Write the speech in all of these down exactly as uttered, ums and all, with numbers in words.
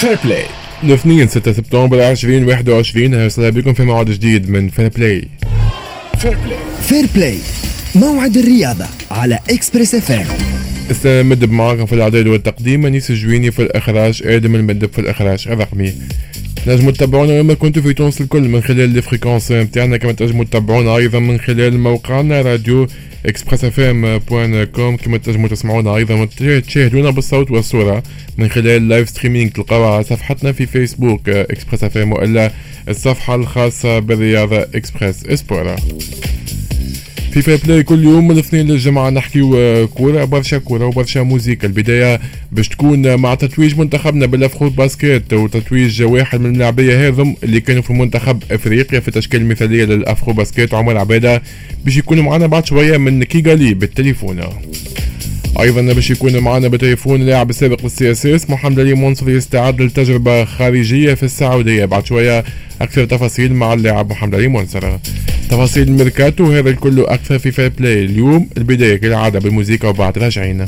فير بلاي الاثنين ستة سبتمبر ألفين وواحد وعشرين. أهلا بكم في موعد جديد من فير بلاي. فير بلاي, فير بلاي. موعد الرياضة على إكسبريس اف ام. استمد معكم في الإعداد والتقديم أنيس الجويني، في الإخراج آدم المدب، في الإخراج الرقمي. نجموا تتابعونا لما كنتوا في تونس الكل من خلال الفريكونس نتاعنا، كما تنجموا تتابعونا أيضا من خلال موقعنا راديو اكسبريس اف ام بوان كوم، كما تنجموا تسمعونا أيضا وتشاهدونا بالصوت والصورة من خلال لايف ستريمينج تلقاوها على صفحتنا في فيسبوك اكسبريس اف ام، وإلا الصفحة الخاصة بالرياضة اكسبريس اسبورا. في فير بلاي كل يوم من الاثنين للجمعة نحكيو كورة، برشا كورة وبرشا موسيقى. البداية باش تكون مع تتويج منتخبنا بالافرو باسكيت، وتتويج واحد من اللاعبية هذم اللي كانوا في منتخب افريقيا في التشكيل المثالية للافرو باسكيت، عمر عبادة، باش يكونوا معنا بعد شوية من كيغالي بالتليفون. ايضا باش يكون معنا بالتليفون اللاعب السابق للسي اس اس محمد علي منصر، يستعد للتجربة خارجية في السعودية. بعد شوية اكثر تفاصيل مع اللاعب محمد علي منصر. تفاصيل الميركاتو هذا الكل اكثر في فير بلاي اليوم. البداية كالعادة بالموسيقى وبعد راجعين.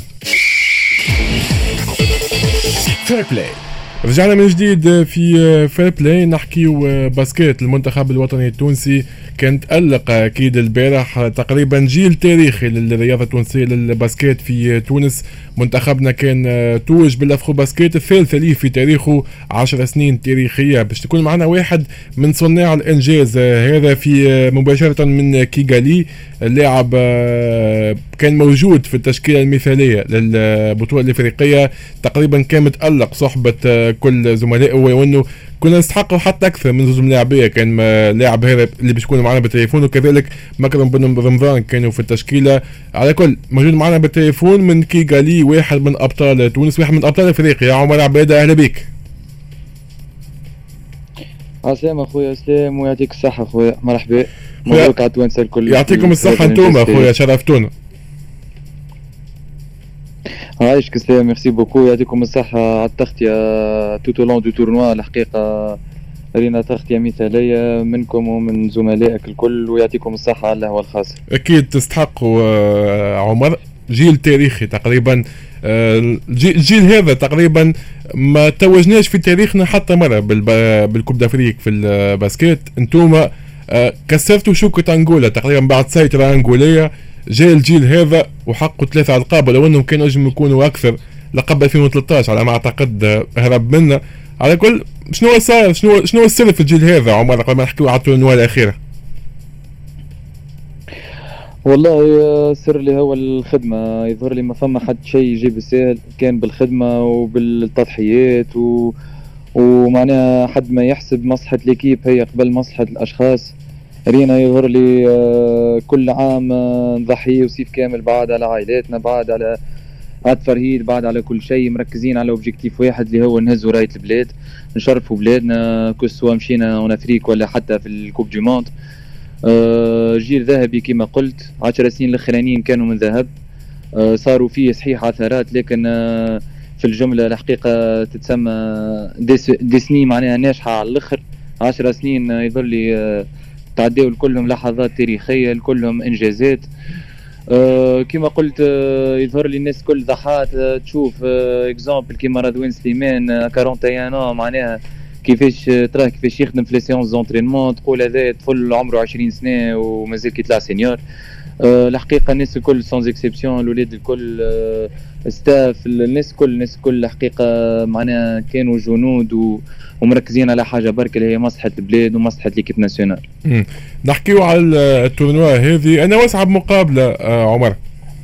فير بلاي رجعنا من جديد في فير بلاي، نحكيو باسكيت. المنتخب الوطني التونسي كان تألق أكيد البارح، تقريبا جيل تاريخي للرياضة التونسية للباسكيت في تونس. منتخبنا كان توج بالأفرو باسكيت الثالثة ليه في تاريخه، عشر سنين تاريخية. باش تكون معنا واحد من صناع الإنجاز هذا في مباشرة من كيغالي. اللاعب كان موجود في التشكيلة المثالية للبطولة الإفريقية، تقريبا كان متألق صحبة كل زملائه، وانه كنا نستحقوا حتى اكثر من زوج لاعبيه. كان لاعب هذا اللي باش يكون معنا بالتليفون، وكذلك مكرم بن رمضان كانوا في التشكيله. على كل موجود معنا بالتليفون من كيغالي واحد من ابطال تونس، واحد من ابطال افريقيا، عمر عباده. اهلا بك. عسلام اخويا اسلام، ويعطيك الصحه اخويا. مرحبا، مبروك على التوانسه الكل. يعطيكم الصحه انتم اخويا، شرفتونا. عايشك سلام، ميرسي بوكو. يعطيكم الصحة على التغطية توتو لون دو تورنوا. الحقيقة رينا تغطية مثالية منكم ومن زملائك الكل، ويعطيكم الصحة على الهوا الخاص. أكيد تستحقوا عمر، جيل تاريخي تقريبا. الجيل هذا تقريبا ما توجناش في تاريخنا حتى مرة بالكوب دافريك في الباسكيت. انتوما كسرتوا شوكة أنغولا تقريبا بعد سيطرة أنغولية. جاء الجيل هذا وحققوا ثلاثة ألقاب، ولو أنهم كانوا نجم يكونوا أكثر. لقب ألفين وثلاثة عشر على ما أعتقد هرب منا. على كل شنو صار، شنو شنو السر في الجيل هذا عمر قبل ما نحكيو على التورنوا الأخيرة؟ والله السر اللي هو الخدمة. يظهر لي ما فما حد شيء يجي بالسهل، كان بالخدمة وبالتضحيات و... ومعناها حد ما يحسب مصلحة الكيب هي قبل مصلحة الأشخاص. رينا يظهر لي كل عام نضحي وصيف كامل بعد على عائلاتنا، بعد على التفرهيد، بعد على كل شيء، مركزين على اوبجيكتيف واحد اللي هو نهزوا راية البلاد، نشرفوا بلادنا كسوا مشينا اون افريك ولا حتى في الكوب دي موند. أه جيل ذهبي كما قلت، عشر سنين الاخرانيين كانوا من ذهب. أه صاروا فيه صحيح عثرات، لكن أه في الجملة الحقيقة تتسمى دي سنين معناها ناجحة على الاخر. عشر سنين يظهر لي أه تعديوا لكلهم لحظات تاريخية، لكلهم إنجازات. أه كما قلت أه يظهر لي الناس كل ضحات. أه تشوف أه اكزامبل كما رضوان سليمان أه أربعة وأربعين معناها كيفاش تراه كيفاش يخدم في لي سيونس دونترينمون، تقول هذا طفل عمره عشرين سنة ومازال كيطلع سينيور. أه الحقيقة الناس الكل سانز اكسبسيون، الولاد الكل أه ستاف، الناس كل الناس كل الحقيقة معناها كانوا جنود و ومركزين على حاجه برك اللي هي مصلحه البلاد ومصلحه ليكيب ناسيونال. نحكيو على التورنوا هذه، انا واصعب مقابله آه عمر.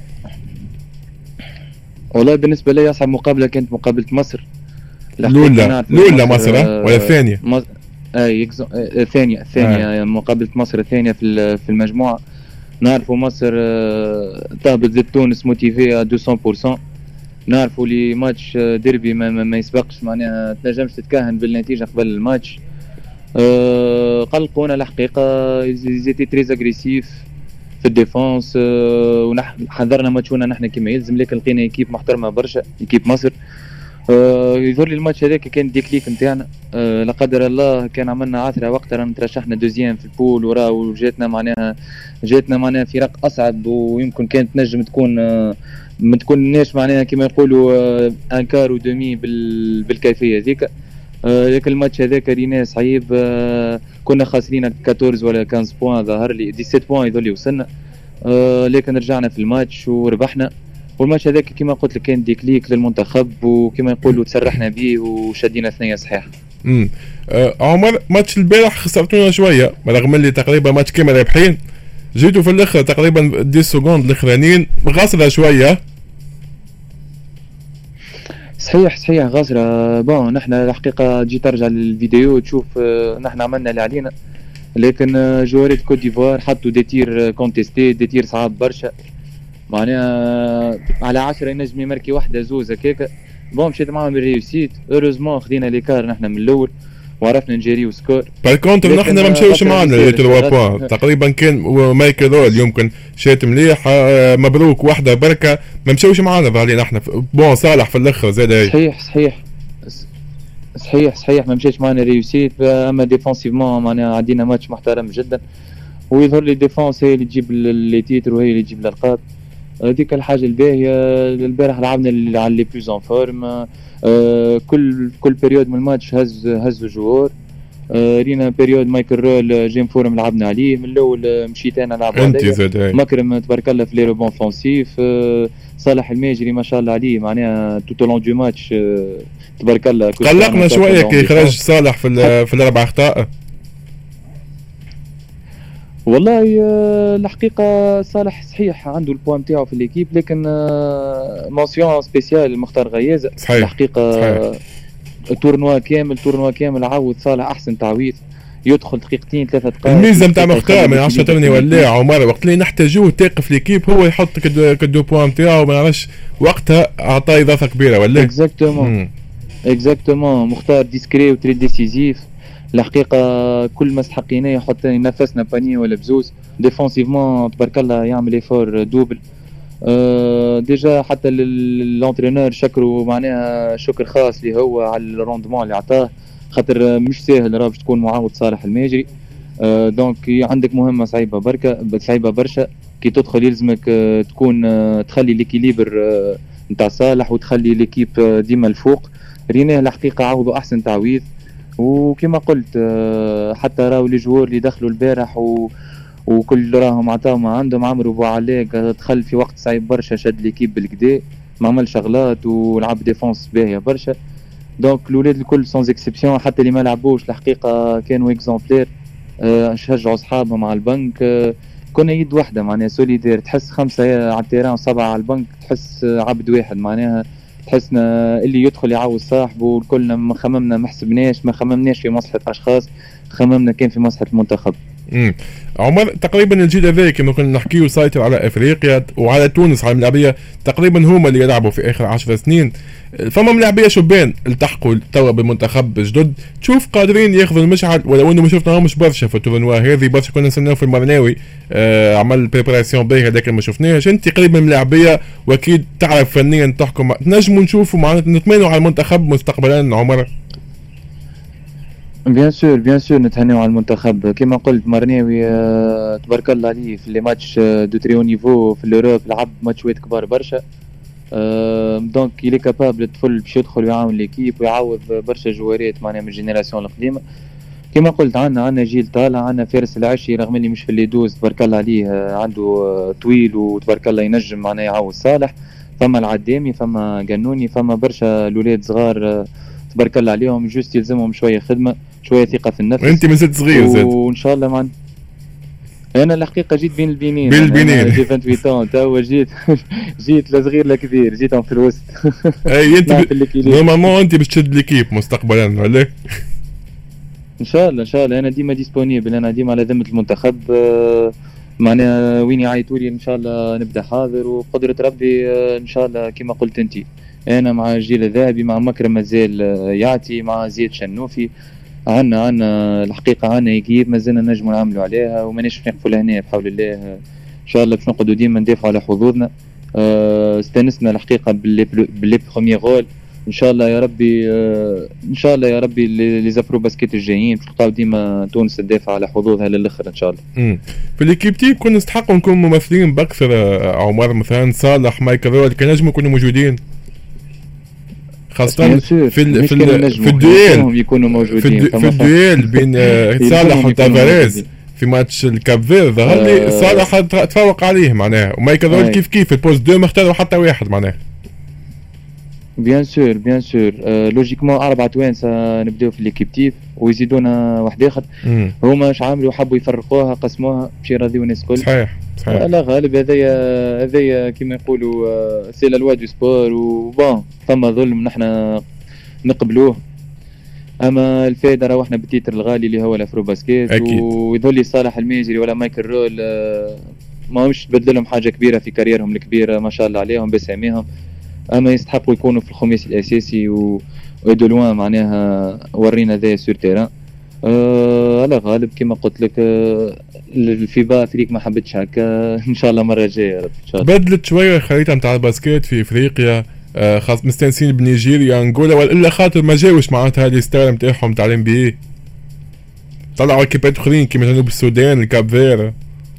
والله بالنسبه لي اصعب مقابله كانت مقابله مصر. الاولى الاولى مصر آه ولا الثانيه؟ مص... اي يكز... آه ثانيه ثانيه آه. مقابله مصر الثانيه في في المجموعه. نعرفوا مصر آه تهبط ضد تونس موتيفي مئتين بالمئة. نعرفوا لي ماتش ديربي ما, ما يسبقش، معناها تنجمش تتكهن بالنتيجه قبل الماتش. أه قلقونا الحقيقه، زيتي تريز اغريسيف في الديفونس. أه وحضرنا ماتشونا نحن كما يلزم، لكن لقينا ايكيب محترمه برشا، ايكيب مصر. أه يظهر لي الماتش هذاك كان ديكليك نتاعنا. أه لا قدر الله كان عملنا عثره وقتها نترشحنا دوزيام في البول وراه، وجاتنا معناها جاتنا معناها فرق اصعب، ويمكن كانت تنجم تكون أه ما تكونش معناها كما يقولوا انكار ودومي بالكيفيه ذيك. لكن الماتش هذاك ريناه صعيب، آه كنا خاسرين أربعطاش ولا خمسطاش بوان، ظهر لي سبعة عشر بوان يظل لي وصلنا، آه لكن رجعنا في الماتش وربحنا. والماتش هذاك كما قلت لك كان ديكليك للمنتخب، وكما يقولوا تسرحنا به وشدينا ثنيه صحيح. امم آه عمر، ماتش البارح خسرتونا شويه رغم اللي تقريبا ماتش كامل رابحين، جيتوا في الاخر تقريبا عشرة سكوند الاخرانيين غاصره شويه. صحيح صحيح غاصره. بون نحن الحقيقه جيت ارجع للفيديو تشوف آه نحن عملنا اللي علينا، لكن آه جواريت كوت ديفوار حطوا دي تير كونتيستي، دي تير صعاب برشا، معناها على عشرة ينجم يمركي واحدة زوز هكاكا. بون مشيت معاهم الريوسيت، اوروزمون خدينا ليكار نحن من الاول وعرفنا نجيريو سكور. بالكونتر نحن ما مشاوش معنا لي ثلاثة بوان تقريبا، كان مايكل رول يمكن شات مليح، مبروك واحدة بركة، ما مشاوش معنا ظهر لي نحن. بون صالح في الاخر زاد هي. صحيح صحيح صحيح صحيح ما مشاش معنا ريوسيت، اما ديفونسيفمون معناها عدينا ماتش محترم جدا، ويظهر لي ديفونس هي اللي تجيب لي تيتر وهي اللي تجيب الالقاب. هذيك الحاجه الباهيه. البارح لعبنا على لي بلوز ان فورم، آه كل كل بيريود من الماتش هز هزوا جوار. آه رينا بيريود مايكل رول جيم فورم لعبنا عليه من الاول، مشيت انا لعب عليه مكرم تبارك الله في لي روبون فونسيف. آه صالح الماجري ما شاء الله عليه معناها توتو لون دو ماتش، آه تبارك الله. قلقنا شويه كي خرج صالح في في الاربع اخطاء. والله الحقيقه صالح صحيح عنده البوان نتاعو في ليكيب، لكن مونسيون سبيسيال المختار غيازه الحقيقه. صحيح. تورنوا كامل تورنوا كامل عاود صالح احسن تعويض، يدخل دقيقتين ثلاثه دقائق. الميزه نتاع مختار من عشرة ترني ولا عمر وقت اللي نحتاجوه تاقف ليكيب هو يحط كدو بوان نتاعو، ما نعرفش وقتها اعطاه اضافه كبيره ولا. اكزاكتومون اكزاكتومون مختار ديسكري وتري ديسيزيف الحقيقه. كل ما سحقيناه يحط نفسنا بانيه ولا بزوز. ديفونسيفمون تبارك الله يعمل ايفور دوبل. أه ديجا حتى للونترينور شكروا معناها شكر خاص لي هو على الروندمون اللي عطاه، خاطر مش ساهل راه باش تكون معاود صالح الماجري. أه دونك عندك مهمه صعيبه بركه صعيبه برشا، كي تدخل يلزمك أه تكون أه تخلي ليكيليبر نتاع أه صالح وتخلي ليكيب أه ديما الفوق. ريناه الحقيقه عوضوا احسن تعويض، وكما قلت حتى راهو لي جوار اللي دخلوا البارح و... وكل راهم عطاو ما عندهم. عمرو بوعلاق دخل في وقت صعيب برشا، شد ليكيب بالكدا، ما عمل شغلات ولعب ديفونس باهيه برشا. دونك الاولاد الكل سونز اكسبسيون، حتى اللي ما لعبوش الحقيقه كانوا اكزومبلير، أه شجعوا اصحابهم على البنك. أه كنا يد واحده معناها سوليدير، تحس خمسه على التيران وسبعه على البنك، تحس عبد واحد معناها. تحسنا اللي يدخل يعاود صاحبه، وكلنا ما خممنا ما حسبناش ما خممناش في مصلحه اشخاص، خممنا كان في مصلحه المنتخب. امم عمر تقريبا الجيل هذا كما كنا نحكيو سيطر على افريقيا وعلى تونس، على الملاعبيه تقريبا هما اللي يلعبوا في اخر عشر سنين. فما ملاعبيه شبان التحقوا توا بالمنتخب جدد، تشوف قادرين ياخذوا المشعل، ولو انه ما شفناهمش برشا في التورنوا هذه، برشا كنا نستناو في المرناوي آه عمل بريباراسيون باهيه لكن ما شفناهاش. انت قريب من الملاعبيه واكيد تعرف فنيا تحكم، نجموا نشوفوا معناتها نتمنوا على المنتخب مستقبلا عمر. بيان سور بيان سور نتهنيو على المنتخب كما قلت. مرناوي آه تبارك الله عليه في لي ماتش آه دو تريو نيفو في الاوروب، لعب ماتشات كبار برشا. آه دونك يلي كابابل الطفل باش يدخل ويعاون ليكيب ويعاود برشا جوارات معناها من الجينيراسيون القديمه. كما قلت عندنا عندنا جيل طالع، عندنا فارس العشي رغم اللي مش في اللي دوز تبارك الله عليه، آه عنده آه طويل وتبارك الله ينجم معناها يعاود صالح. فما العدامي، فما قانوني، فما برشا الاولاد صغار آه تبارك الله عليهم، جوست يلزمهم شويه خدمه، شويه ثقه في النفس. انت مازلت صغير زاد، وان شاء الله معنا. انا الحقيقه جيت بين البينين، بين البينين جيت ثمانية وعشرين توا جيت جيت لا صغير لا كبير، جيت في الوسط. اي انت نورمالمون انت باش تشد ليكيب مستقبلا ولا؟ ان شاء الله ان شاء الله. انا ديما ديسپونيبل، انا ديما على ذمه المنتخب، معناها وين يعيطوا لي ان شاء الله نبدا حاضر، وقدره ربي ان شاء الله كما قلت انت. انا مع الجيل الذهبي، مع مكرم مازال يعطي، مع زيد شنوفي، عنا عنا الحقيقه عنا يجيب مازلنا نجموا نعملوا عليها ومانيش نقفوا لهنا بحول الله. ان شاء الله باش نقعدوا ديما ندافعوا على حظوظنا. أه استانسنا الحقيقه باللي باللي بروميي غول. ان شاء الله يا ربي أه ان شاء الله يا ربي لي زابرو باسكيت الجايين باش نلقاو ديما تونس تدافع على حظوظها للاخر ان شاء الله. امم في ليكيب تيب كنا نستحقوا نكون ممثلين باكثر عمر، مثلا صالح مايكل رول كان نجموا يكونوا موجودين، خاصة في في ال في الدويل يكونوا موجودين في الدويل بين صالح وتافاريز في ماتش الكاب فير ظهر لي صالح تفوق عليه معناها وما يكذبوا كيف كيف البوست دو ما اختاروا حتى واحد معناها. بيان سور بيان سور لوجيكمون أربعة توانسة نبداو في ليكيب تيف ويزيدونا واحد آخر هما اش عملوا حبوا يفرقوها قسموها باش يراضيو الناس الكل. صحيح صحيح. لا غالب هذايا هذايا كيما يقولوا سي لا لوا دو سبور وبون ثم ظلم نحنا نقبلوه. اما الفائده راه احنا بالتيتر الغالي اللي هو الافرو باسكيت ويظل لي صالح الميجري ولا مايكل رول ما همش تبدل لهم حاجه كبيره في كاريرهم الكبيره ما شاء الله عليهم بساميهم. اما يستحقوا يكونوا في الخميس الاساسي و ودو لوان معناها ورينا ذا سور تيران. أه على غالب كما قلت لك أه الفيبا افريق ما حبتش هكا ان شاء الله مره جايه يا رب ان شاء الله. بدلت شويه الخريطه نتاع الباسكيت في افريقيا أه خاص مستانسين بنيجيريا انغولا ولا خاطر ما جاوش معناتها هذه الستار نتاعهم تاع الام بي طلعوا كيبات اخرين كيما جنوب السودان الكاب فير.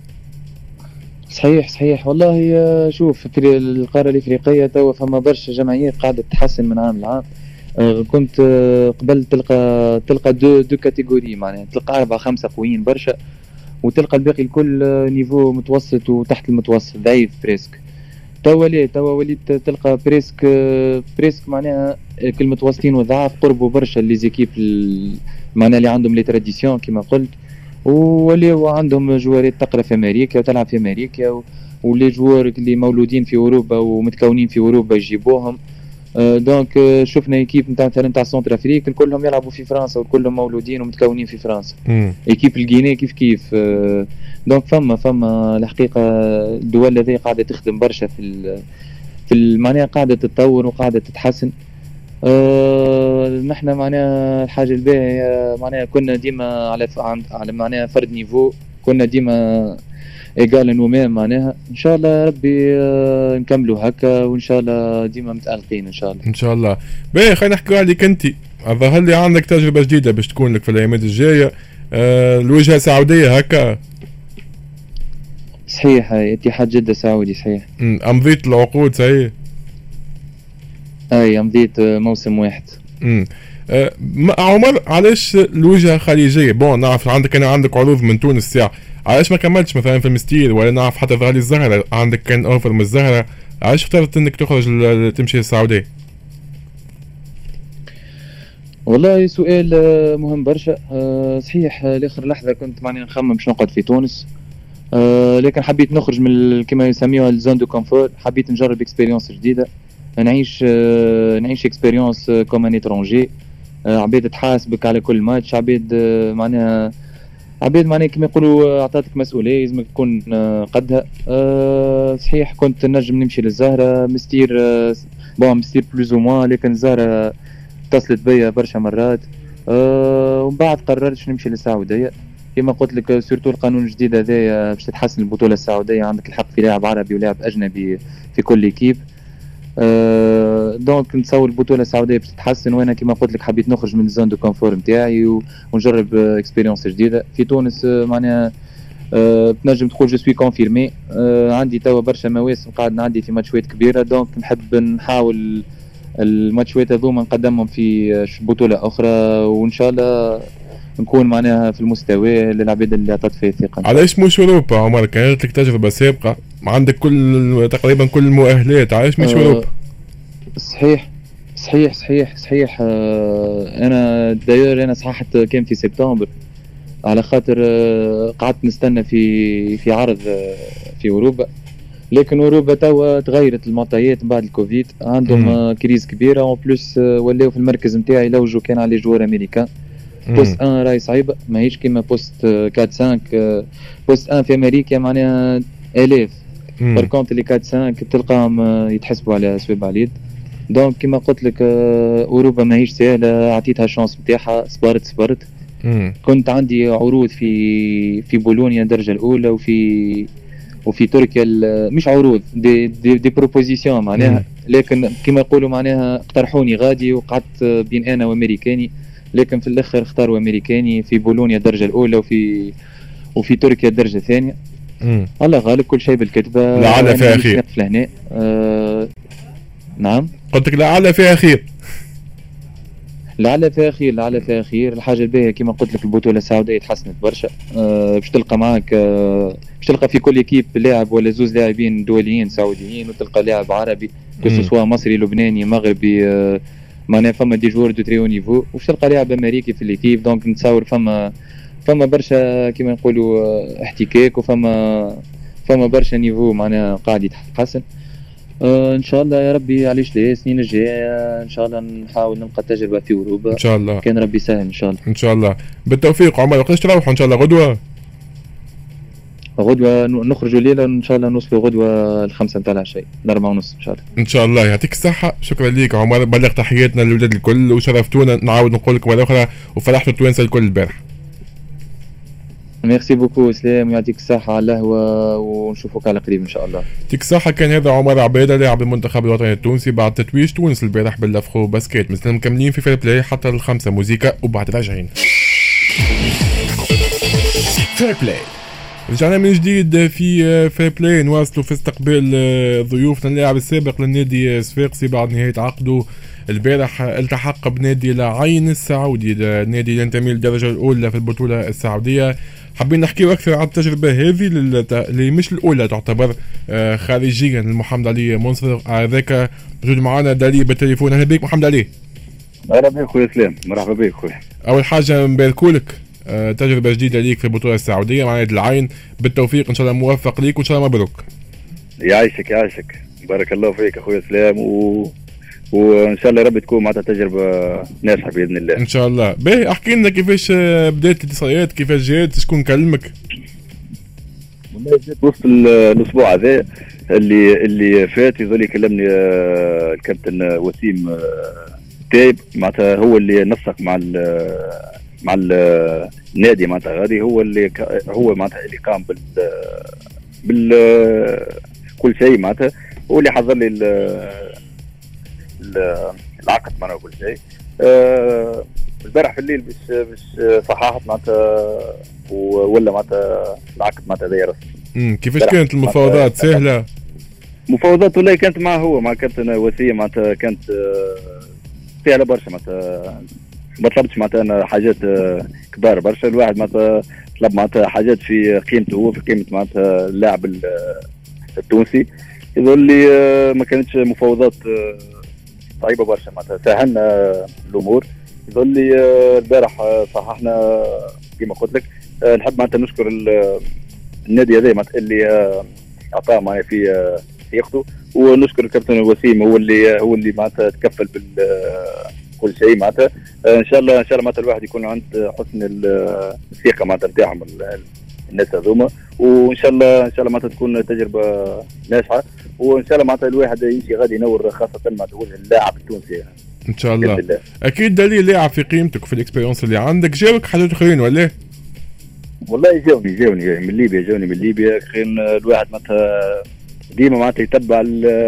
صحيح صحيح والله. شوف في القاره الافريقيه توا فما برشا جمعيات قاعده تتحسن من عام لعام. كنت قبل تلقى تلقى دو دو كاتيجوري معناها تلقى أربعة خمسة قويين برشا وتلقى الباقي الكل نيفو متوسط وتحت المتوسط ضعيف بريسك. توا ليه توا وليت تلقى بريسك بريسك معناها كل متوسطين وضعاف قربوا برشا لي زيكيب معناها اللي عندهم لي تراديسيون كما قلت ووليو عندهم جوارات تقرا في امريكا وتلعب في امريكا ولي جوار اللي مولودين في اوروبا ومتكونين في اوروبا يجيبوهم. دونك شفنا ايكيب نتاع مثلا نتاع سنتر افريقيا كلهم يلعبوا في فرنسا وكلهم مولودين ومتكونين في فرنسا. ايكيب الجيني كيف كيف. دونك فما فما الحقيقه الدول هذه قاعده تخدم برشا في في معناها قاعده تتطور وقاعده تتحسن. أه نحن معناها الحاجه الباهيه معناها كنا ديما على على معناها فرد نيفو كنا ديما ايجال نومام معناها ان شاء الله ربي أه نكملوا هكا وان شاء الله ديما متألقين ان شاء الله ان شاء الله. باهي خلينا نحكيو عليك انت. ظهر لي عندك تجربه جديده باش تكون لك في الايامات الجايه أه الوجهه سعوديه هكا. صحيح اتحاد جده سعودي صحيح. امضيت العقود صحيح. اي مضيت موسم واحد. امم أه عمر علاش الوجهه خليجيه؟ بون نعرف عندك انا عندك عروض من تونس ساعه علاش ما كملتش مثلا في المستير ولا نعرف حتى ظهر لي الزهره عندك كان اوفر من الزهره علاش اخترت انك تخرج تمشي للسعوديه؟ والله سؤال مهم برشا. أه صحيح لاخر لحظه كنت معني نخمم باش نقعد في تونس أه لكن حبيت نخرج من كما يسميوها الزون دو كونفور. حبيت نجرب اكسبيريونس جديده نعيش نعيش اكسبيريونس كوم ان اترونجي. عبيد تحاسبك على كل ماتش عبيد معناها عبيد معناها كما يقولوا عطاتك مسؤوليه لازمك تكون قدها. أه صحيح كنت نجم نمشي للزهره مستير بون مستير بلوز او موان لكن الزهره اتصلت بيا برشا مرات. أه ومن بعد قررت نمشي للسعوديه كما قلت لك سورتو القانون الجديد هذايا باش تتحسن البطوله السعوديه عندك الحق في لاعب عربي ولاعب اجنبي في كل ايكيب. أه دونك نتصور البطوله السعوديه باش تتحسن وانا كما قلت لك حبيت نخرج من الزون دو كونفور نتاعي ونجرب اكسبيريونس جديده في تونس. أه معناها أه تنجم تقول جو سوي كونفيرمي. أه عندي توا برشا مواسم قاعد نعدي في ماتشات كبيره دونك نحب نحاول الماتشات هذوما نقدمهم في بطوله اخرى وان شاء الله نكون معناها في المستوى للعباد اللي عطات فيه ثقه. علاش مش اوروبا عمر؟ كانت لك تجربه سابقه عندك كل تقريبا كل المؤهلات علاش مش اوروبا؟ أه صحيح صحيح صحيح صحيح. أه انا داير انا صححت كان في سبتمبر على خاطر أه قعدت نستنى في في عرض أه في اوروبا لكن اوروبا توا تغيرت المعطيات بعد الكوفيد عندهم أه كريز كبيره اون بلوس أه ولاو في المركز نتاعي لوجو كان عليه جوار امريكان. بوست واحد راهي صعيبه ماهيش كيما بوست أربعة خمسة. بوست واحد في امريكا معناها الاف بركونت اللي أربعة خمسة تلقاهم يتحسبوا على صوابع اليد. دونك كيما قلت لك اوروبا ماهيش سهله عطيتها شانس نتاعها صبرت صبرت. كنت عندي عروض في في بولونيا الدرجه الاولى وفي وفي تركيا مش عروض دي دي, دي بروبوزيسيون معناها لكن كيما يقولوا معناها اقترحوني غادي وقعدت بين انا وامريكاني لكن في الاخر اختاروا امريكاني في بولونيا الدرجه الاولى وفي وفي تركيا الدرجه الثانيه. الله غالب كل شيء بالكتبه لعل فيها خير. أه... نعم قلت لك لعل فيها خير. لعل فيها خير، لعل فيها خير. الحاجه الباهيه كما قلت لك البطوله السعوديه تحسنت برشا. أه باش تلقى معاك أه باش تلقى في كل اكيب لاعب ولا زوز لاعبين دوليين سعوديين، وتلقى لاعب عربي كسوا مصري لبناني مغربي. أه معناها فما دي جوار دو تريو نيفو، وباش تلقى لاعب امريكي في الاكيب. دونك نتصور فما فما برشا كما نقولوا احتكاك، وفما فما برشا نيفو معناها قاعد يتحسن. آه ان شاء الله يا ربي، علاش لا السنين الجايه ان شاء الله نحاول نلقى تجربه في اوروبا ان شاء الله، كان ربي يسهل ان شاء الله. ان شاء الله بالتوفيق. عمر وقتاش تروحوا ان شاء الله؟ غدوه غدوه نخرجوا ليله ان شاء الله، نوصلوا غدوه الخمسة نتاع العشاء الأربعة ونص ان شاء الله. ان شاء الله يعطيك الصحه. شكرا ليك عمر، بلغ تحياتنا للولاد الكل وشرفتونا. نعاود نقول لك مره اخرى وفرحتوا التوانسه الكل البارح. ميرسي بوكو اسلام، يعطيك الصحة على القهوة ونشوفوك على قريب ان شاء الله. يعطيك الصحة. كان هذا عمر عبيدة لاعب المنتخب الوطني التونسي بعد تتويج تونس البارح بالافخو باسكيت. مثل مكملين في فير بلاي حتى الخمسة موزيكا وبعد راجعين. فير بلاي رجعنا من جديد في فير بلاي، نواصلوا في استقبال ضيوفنا. اللاعب السابق للنادي الصفاقسي بعد نهاية عقده البارح التحق بنادي العين السعودي، النادي اللي ينتمي للدرجة الأولى في البطولة السعودية. حابين نحكيو أكثر عن التجربة هذه اللي مش الأولى تعتبر خارجيا لمحمد علي منصر. هذاك موجود معنا دالي بالتليفون. أهلا بك محمد علي. أهلا بك خويا سلام، مرحبا بك خويا. أول حاجة نباركولك تجربة جديدة ليك في البطولة السعودية مع نادي العين. بالتوفيق إن شاء الله، موفق ليك وإن شاء الله مبروك. يعيشك يعيشك، بارك الله فيك أخويا سلام، و... وإن شاء الله ربي تكون معناتها تجربة ناجحة بإذن الله. إن شاء الله. باهي احكي لنا كيفاش بدات الاتصالات، كيفاش جات، شكون كلمك؟ والله جات وسط الأسبوع هذا اللي اللي فات يظل يكلمني الكابتن وسيم تايب، معناتها هو اللي نسق مع ال مع النادي معناتها غادي، هو اللي هو معناتها اللي قام بال بال كل شيء معناتها، هو اللي حضر لي العقد معناتها كل شيء. أه البارح في الليل باش باش صححت معناتها ولا معناتها العقد معناتها هذايا رسمي. امم كيفاش كانت المفاوضات؟ سهله؟ مفاوضات والله كانت معه هو مع كابتن وسيم معناتها كانت سهله برشا، معناتها ما طلبتش معناتها انا حاجات كبار برشا. الواحد معناتها طلب معناتها حاجات في قيمته هو، في قيمه معناتها اللاعب التونسي. يظل لي ما كانتش مفاوضات صعيبه برشا، معناتها سهلنا الامور. يظل لي البارح صححنا كما قلت لك. نحب معناتها نشكر النادي هذا معناتها اللي اعطاه معايا في صيغته، ونشكر الكابتن وسيم هو اللي هو اللي معناتها تكفل بال كل شيء معناتها. ان شاء الله ان شاء الله معناتها الواحد يكون عند حسن الثقه معناتها نتاعهم الناس هذوما، وان شاء الله ان شاء الله معناتها تكون تجربه ناجحه، وان شاء الله معناتها الواحد يمشي غادي ينور خاصه معناتها وجه اللاعب التونسي ان شاء الله. الله. اكيد دليل لاعب في قيمتك وفي الاكسبيرينس اللي عندك. جاوك حاجات اخرين ولا؟ والله جاوني جاوني من ليبيا، جاوني من ليبيا. كان الواحد معناتها ديما معناتها يتبع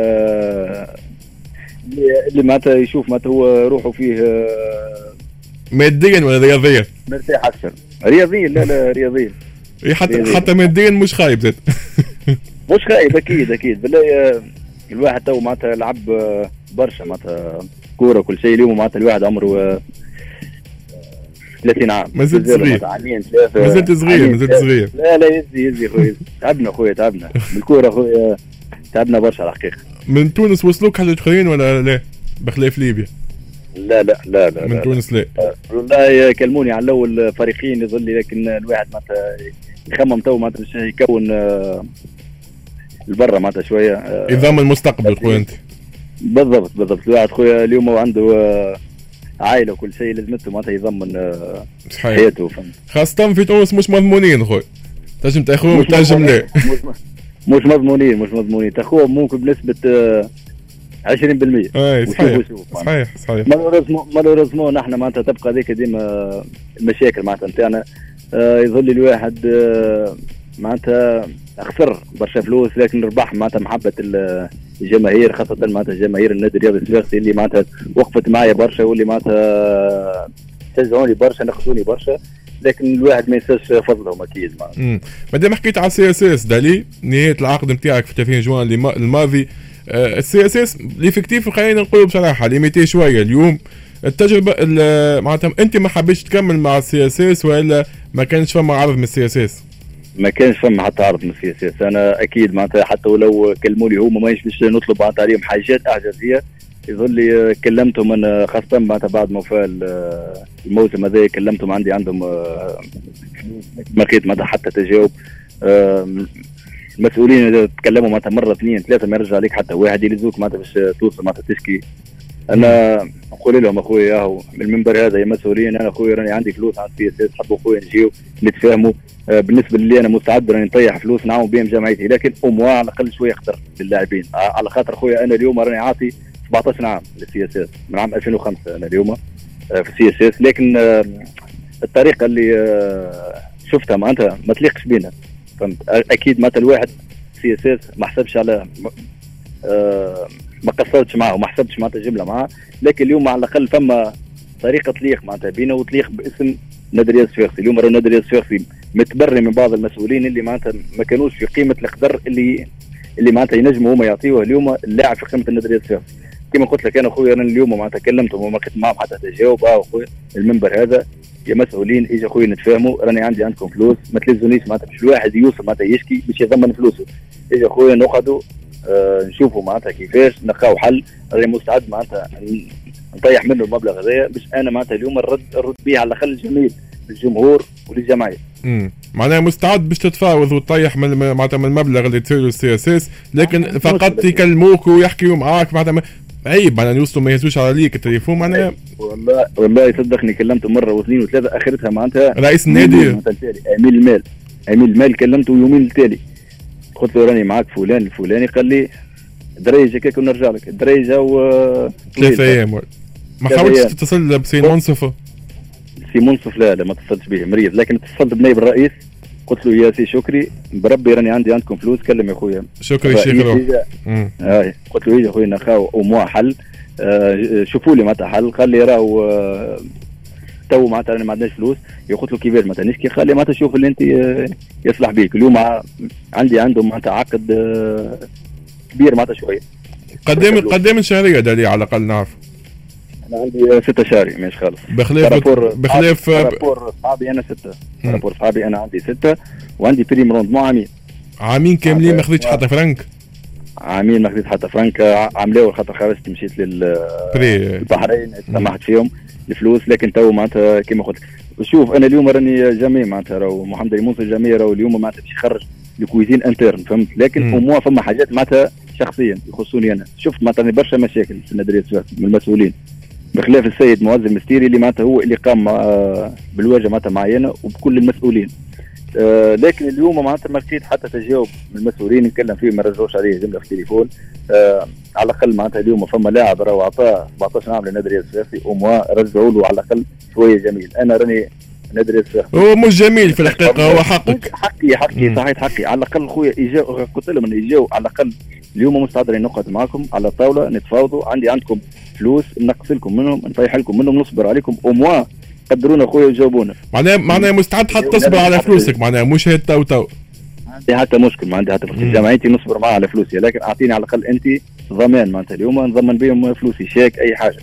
اللي معناتها يشوف معناتها هو روحه فيه ماديا ولا رياضيا؟ مرتاح اكثر. رياضيا لا لا رياضيا. حتى رياضيا. حتى ماديا مش خايب زاد. مش خايب اكيد اكيد بالله. الواحد تو معناتها لعب برشا معناتها كوره كل شيء. اليوم معناتها الواحد عمره ثلاثين عام. مازلت صغير. مازلت صغير مازلت صغير. لا لا يزي يزي خويا. تعبنا خويا تعبنا بالكوره خويا، تعبنا برشا الحقيقه. من تونس وصلوك حاجات اخرين ولا لا بخلاف ليبيا؟ لا لا لا لا من لا تونس لا. والله يكلموني على الاول فريقين يظل لي، لكن الواحد معناتها يخمم تو معناتها باش يكون البرة معناتها شويه نظام المستقبل تقول انت. بالضبط بالضبط. الواحد خويا اليوم عنده عائله وكل شيء لازمته معناتها يضمن حياته، خاصه في تونس مش مضمونين خويا. تنجم تاخذهم تنجم لا. مش مضمونين مش مضمونين تاخذهم ممكن بنسبه عشرين بالمئة. اي صحيح صحيح صحيح. مالوريزمون نحن معناتها تبقى ذيك ديما المشاكل معناتها نتاعنا. آه يظل الواحد آه معناتها خسر برشا فلوس، لكن ربح معناتها محبه الجماهير، خاصه معناتها جماهير النادي الرياضي الصفاقسي اللي معناتها وقفت معايا برشا، واللي معناتها شجعوني برشا نخذوني برشا، لكن الواحد ما ينساش فضلهم اكيد. امم مادام حكيت على السي اس اس دالي، نهايه العقد نتاعك في ثلاثين جوان الماضي. السي اس اس ليفيكتيف خلينا نقولوا بصراحه ليميتي شويه اليوم. التجربه معناتها انت ما حبيتش تكمل مع السي اس اس ولا ما كانش فما عرض من السي اس اس؟ ما كانش فما حتى عرض من السي اس اس. انا اكيد معناتها حتى ولو كلموا لي هما مانيش باش نطلب معناتها عليهم حاجات اعجازيه. يظل لي كلمتهم انا خاصه معناتها بعد ما وفاء الموسم هذا، كلمتهم عندي عندهم ما لقيت معناتها حتى تجاوب. المسؤولين تكلموا معناتها مره اثنين ثلاثه ما يرجع عليك حتى واحد يلزوك معناتها باش توصل معناتها تشكي. انا نقول لهم اخويا اهو من المنبر هذا يا مسؤولين، انا اخويا راني عندي فلوس عند السي اس اس، حبوا اخويا نجيو نتفاهموا. بالنسبه لي انا مستعد راني نطيح فلوس نعاون بهم جمعيتي، لكن اموا على الاقل شويه خطر للاعبين، على خاطر اخويا انا اليوم راني عاطي سبعطاش عام للسي اس اس من عام ألفين وخمسة انا اليوم في السي اس اس، لكن الطريقه اللي شفتها معناتها ما تليقش بينا. فهمت؟ اكيد معناتها الواحد سي اس اس ما حسبش على ما قصرتش معه وما حسبتش معناتها جمله معاه، لكن اليوم على الاقل فما طريقه تليق معناتها بينا وتليق باسم نادي رياض صفاقسي. اليوم راه نادي رياض صفاقسي متبري من بعض المسؤولين اللي معناتها ما كانوش في قيمه القدر اللي اللي معناتها ينجموا هما يعطيوه اليوم اللاعب في قيمه النادي رياض صفاقسي. كما قلت لك انا اخويا انا اليوم معناتها كلمتهم وما لقيت معهم حتى تجاوب. اه اخويا المنبر هذا يا مسؤولين اجي اخويا نتفاهموا، راني عندي عندكم فلوس ما تلزونيش معناتها باش الواحد يوصل معناتها يشكي باش يضمن فلوسه. اجي اخويا نقعدوا آه نشوفوا معناتها كيفاش نلقاو حل. راني مستعد معناتها نطيح منه المبلغ هذايا باش انا معناتها اليوم نرد نرد به على الاقل جميل للجمهور وللجمعيه. امم معناها مستعد باش تتفاوض وتطيح من معناتها من المبلغ اللي تصير السي اس اس، لكن فقط يكلموك ويحكيوا معاك معناتها عيب معناها يوصلوا ما يهزوش عليك التليفون معناها. والله والله صدقني كلمته مره واثنين وثلاثه، اخرتها معناتها رئيس النادي امين المال امين المال كلمته يومين التالي قلت له راني معاك فلان الفلاني، قال لي دريجه كيك ونرجع لك دريجه و ثلاثة ايام. ما حاولتش تتصل بسي منصف؟ سي منصف لا لا ما اتصلتش به مريض، لكن اتصلت بنائب الرئيس قلت له يا سي شكري بربي راني عندي عندكم فلوس كلم يا خويا شكري شكرا. اه قلت له يجي اخويا نخاو وموا حل آه شوفوا لي معناتها حل. قال لي راهو آه تو معناتها انا ما عندناش فلوس. قلت له كيفاش معناتها نشكي؟ قال لي معناتها شوف اللي انت آه يصلح بيك. اليوم عندي عندهم معناتها عقد آه كبير معناتها شويه. قدام قدام الشهريه دالي على الاقل نعرف. انا عندي ستة شهري ماشي خالص. بخلاف بخلاف رابور صحابي انا ستة. رابور صحابي انا عندي ستة وعندي بريم روندمون عامين. عامين كاملين ما خذيتش حتى فرنك؟ عامين ما خذيت حتى فرنك. عملاو خاطر خرجت مشيت للبحرين سمحت فيهم الفلوس، لكن تو معناتها كما قلت شوف انا اليوم راني جميع معناتها راهو محمد المنصف جميع راهو اليوم معناتها باش يخرج الكويزين انترن فهمت، لكن اموا فما حاجات معناتها شخصيا يخصوني انا. شفت معناتها برشا مشاكل في النادي الرياضي من المسؤولين بخلاف السيد معز المستيري اللي معناتها هو اللي قام بالواجهه معناتها معي انا وبكل المسؤولين. آه لكن اليوم معناتها ما لقيت حتى تجاوب من المسؤولين نتكلم فيه ما رجعوش عليه جمله في التليفون. آه على الاقل معناتها اليوم فما لاعب راهو عطاه سبعطاش عام للنادي الرياضي وما رجعوا له على الاقل شويه جميل. انا راني نادي الرياضي هو مش جميل في الحقيقه، هو حقك حقي حقي صحيح حقي. على الاقل خويا اجاو قلت لهم ان اجاو على الاقل اليوم مستعد نقعد معكم على الطاوله نتفاوضوا. عندي عندكم فلوس نقص لكم منهم نطيح لكم منهم نصبر عليكم وموا قدرونا خويا وجاوبونا. معناها معناها مستعد حتى تصبر على فلوسك معناها مش هي تو تو. ما عندي حتى مشكل ما عندي حتى فلوس جمعيتي نصبر معها على فلوسي، لكن اعطيني على الاقل انت ضمان معناتها اليوم نضمن بهم فلوسي شيك اي حاجه.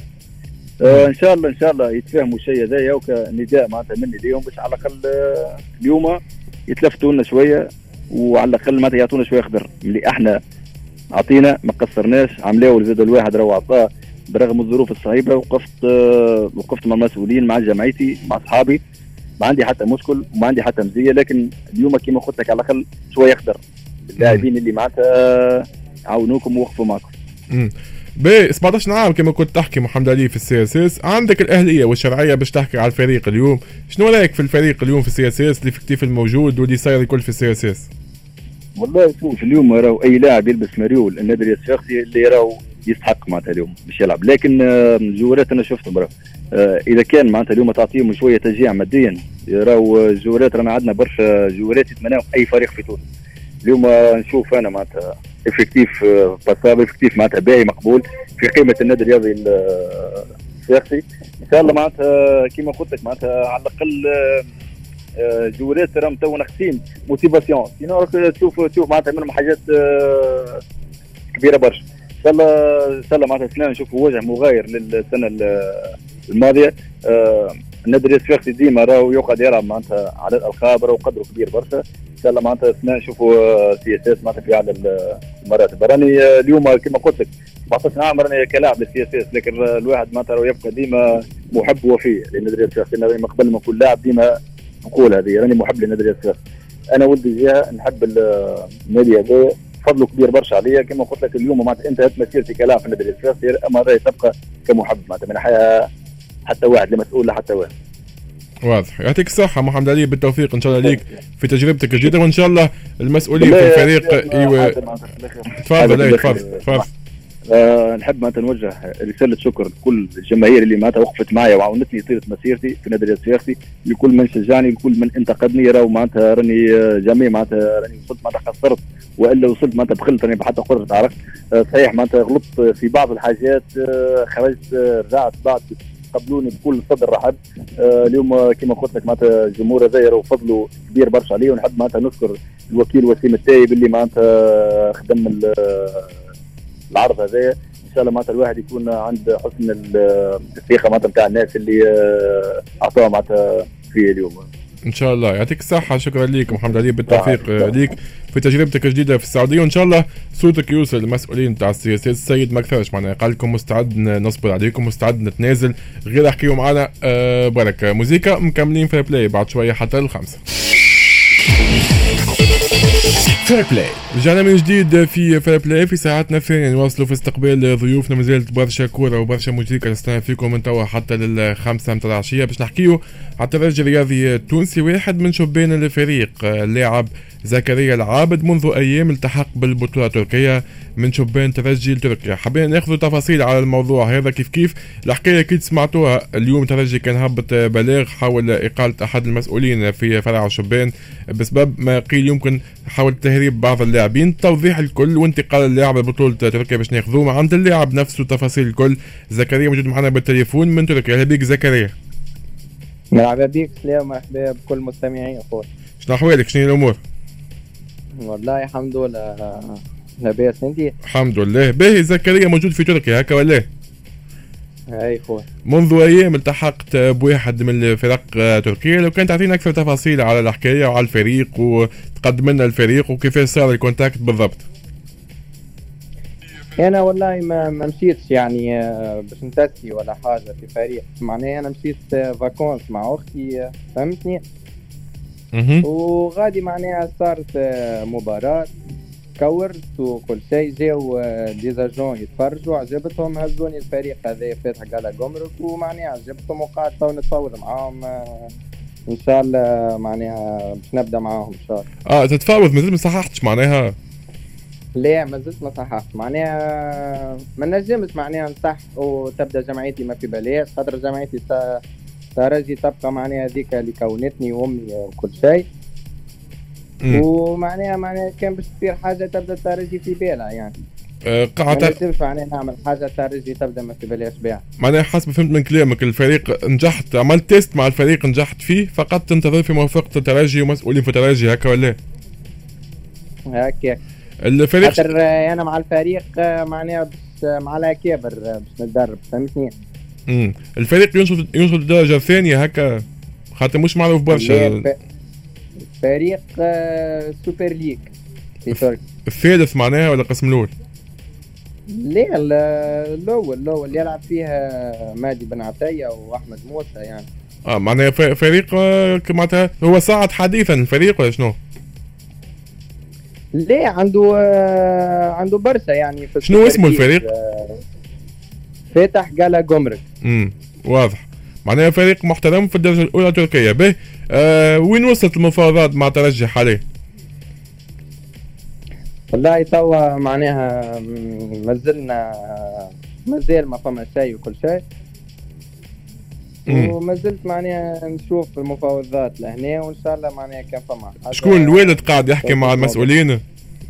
آه ان شاء الله ان شاء الله يتفاهموا الشيء هذايا وكنداء معناتها مني اليوم باش على الاقل آه اليوم يتلفتوا لنا شويه وعلى الاقل معناتها يعطونا شويه خضر اللي احنا اعطينا ما قصرناش. عملاو زاد الواحد راهو عطاه برغم الظروف الصعيبه. وقفت آه وقفت مع المسؤولين مع جمعيتي مع اصحابي ما عندي حتى مشكل وما عندي حتى مزيه، لكن اليوم كيما قلت لك على الاقل شويه خضر اللاعبين اللي معناتها عاونوكم ووقفوا معكم. امم ب سبعطاش عام كما كنت تحكي محمد علي في السي اس اس، عندك الاهليه والشرعيه باش تحكي على الفريق اليوم. شنو رايك في الفريق اليوم في السي اس اس الافكتيف الموجود واللي صاير الكل في السي اس اس؟ والله شوف اليوم راهو اي لاعب يلبس مريول النادي الشخصي اللي راهو يستحق معناتها اليوم باش يلعب، لكن الجوارات انا شفتهم راهو اذا كان معناتها اليوم تعطيهم شويه تشجيع ماديا راهو الجوارات رانا عندنا برشا جوارات يتمناو اي فريق في تونس. اليوم نشوف انا معناتها افكتيف باسابل افكتيف معناتها باهي مقبول في قيمه النادي الرياضي الشخصي. ان شاء الله معناتها كيما قلت لك معناتها على الاقل جولات راهم تو ناقصين موتيفاسيون سينو تشوف تشوف معناتها منهم حاجات كبيره برشا. ان شاء الله ان شاء الله معناتها سنه نشوفوا وجه مغاير للسنه الماضيه. آه النادي الرياضي الصفاقسي ديما راهو يقعد يلعب معناتها على الالقاب، راهو قدره كبير برشا ان شاء الله. معناتها نشوفوا سي اس اس معناتها في اعلى المراتب. راني اليوم كما قلت لك سبعطاش عام راني كلاعب للسي اس اس، لكن الواحد معناتها راهو يبقى ديما محب وفي للنادي الرياضي الصفاقسي. انا قبل ما نكون لاعب ديما نقول هذه راني محب للنادي الرياضي الصفاقسي. انا ولدي جهه نحب النادي هذا، فضله كبير برشا عليا. كما قلت لك اليوم معناتها انتهت مسيرتي كلاعب في النادي الرياضي الصفاقسي، اما راهي تبقى كمحب معناتها من ناحيه حتى واحد لمسؤول لحتى واحد. واضح. يعطيك الصحة محمد علي، بالتوفيق إن شاء الله ليك في تجربتك الجديدة، وإن شاء الله المسؤولين في الفريق ايوه. تفضل تفضل تفضل. أه نحب معناتها نوجه رسالة شكر لكل الجماهير اللي معناتها وقفت معايا وعاونتني طيلة مسيرتي في النادي الرياضي الصفاقسي، لكل من شجعني، لكل من انتقدني. راهو معناتها راني جميع معناتها راني وصلت معناتها خسرت والا وصلت معناتها بخلت راني بحتى قدرة تعرف. أه صحيح معناتها غلطت في بعض الحاجات، أه خرجت أه رجعت بعد قبلوني بكل صدر رحب. آه اليوم كما قلت لك معناتها الجمهور هذايا راهو فضله كبير برشا عليه، ونحب معناتها نذكر الوكيل وسيم التايب اللي معناتها خدم العرض هذايا. ان شاء الله معناتها الواحد يكون عند حسن الثقه معناتها نتاع الناس اللي اعطوها معناتها فيه اليوم. ان شاء الله. يعطيك الصحه. شكرا لك محمد علي، بالتوفيق ليك في تجربتك الجديده في السعوديه، وان شاء الله صوتك يوصل للمسؤولين تاع السياسات. السيد ما كثرش معناها قال لكم مستعد نصبر عليكم، مستعد نتنازل، غير احكيوا معنا. أه برك موزيكا، مكملين في بلاي بعد شويه حتى الخمسه. فير بلاي رجعنا من جديد في فير بلاي في ساعتنا الثانيه، نواصلوا في استقبال ضيوفنا. مازالت برشا كوره وبرشا موسيقى نستنى فيكم من توا حتى للخمسه متاع العشيه باش نحكيو على الترجي الرياضي التونسي. واحد من شبان الفريق اللاعب زكريا العابد منذ ايام التحق بالبطوله التركيه من شبان ترجي تركيا. حبينا ناخذ تفاصيل على الموضوع هذا كيف كيف. الحكايه اكيد سمعتوها اليوم، ترجي كان هبط بلاغ حول اقاله احد المسؤولين في فرع شبان بسبب ما قيل يمكن حول تهريب بعض اللاعبين. توضيح الكل وانتقال اللاعب لبطوله تركيا باش ناخذوه عند اللاعب نفسه تفاصيل الكل. زكريا موجود معنا بالتليفون من تركيا. اهلا بك زكريا. مرحبا بك. سلام مرحبا بكل مستمعين اخويا. شنو احوالك؟ شنو الامور؟ والله الحمد لله لاباس. انت؟ الحمد لله. باهي زكريا موجود في تركيا هكا ولا؟ اي خويا. منذ ايام التحقت بواحد من الفرق تركيا، لو كان تعطينا اكثر تفاصيل على الحكايه وعلى الفريق وتقدم لنا الفريق وكيفاش صار الكونتاكت بالضبط. انا والله ما ما مشيتش يعني باش نتسي ولا حاجه في فريق، معناها انا مشيت فاكونس مع اختي فهمتني. اها. وغادي معناها صارت مباراه كورت وكل شيء، جاو ديزاجون يتفرجوا عجبتهم، هزوني الفريق هذا فاتح قال جمرك ومعناها عجبتهم وقعدت تو نتفاوض معاهم ان شاء الله، معناها باش نبدا معاهم ان شاء الله. اه تتفاوض مازال ما صححتش معناها؟ لا ما زلت ما صححت، معناها ما نجمش معناها نصح وتبدا جمعيتي ما في بلاش، خاطر جمعيتي ترجي تبقى معناها هذيك اللي كونتني وامي وكل شيء. ومعناها معناها كان باش تصير حاجه تبدا ترجي في بالها يعني. أه قاعد ما نجمش معناها نعمل حاجه ترجي تبدا ما في بلاش بيع. معناها حسب فهمت من كلامك الفريق نجحت، عملت تيست مع الفريق نجحت فيه، فقط تنتظر في موافقه الترجي ومسؤولين في الترجي هكا ولا؟ هكاك. الفريق خاطر انا مع الفريق معناها باش مع الاكابر باش نتدرب فهمتني. امم الفريق ينشط ينشط الدرجه الثانيه هكا خاطر مش معروف برشا. فريق سوبر ليج في تركيا. الثالث معناها ولا القسم الاول؟ لا الاول الاول يلعب فيها مادي بن عطيه واحمد موسى يعني. اه معناها فريق معناتها هو صعد حديثا الفريق ولا شنو؟ لا عنده آه عنده برشا يعني في شنو اسمه الفريق؟ آه فاتح قال جمرك. امم واضح. معناها فريق محترم في الدرجه الاولى تركيا. به آه وين وصلت المفاوضات مع ترجي حاليا؟ والله توا معناها مازلنا مازال ما فما شيء وكل شيء، وما زلت معناها نشوف المفاوضات لهنا وان شاء الله معناها كان فما. شكون الوالد قاعد يحكي مع المسؤولين؟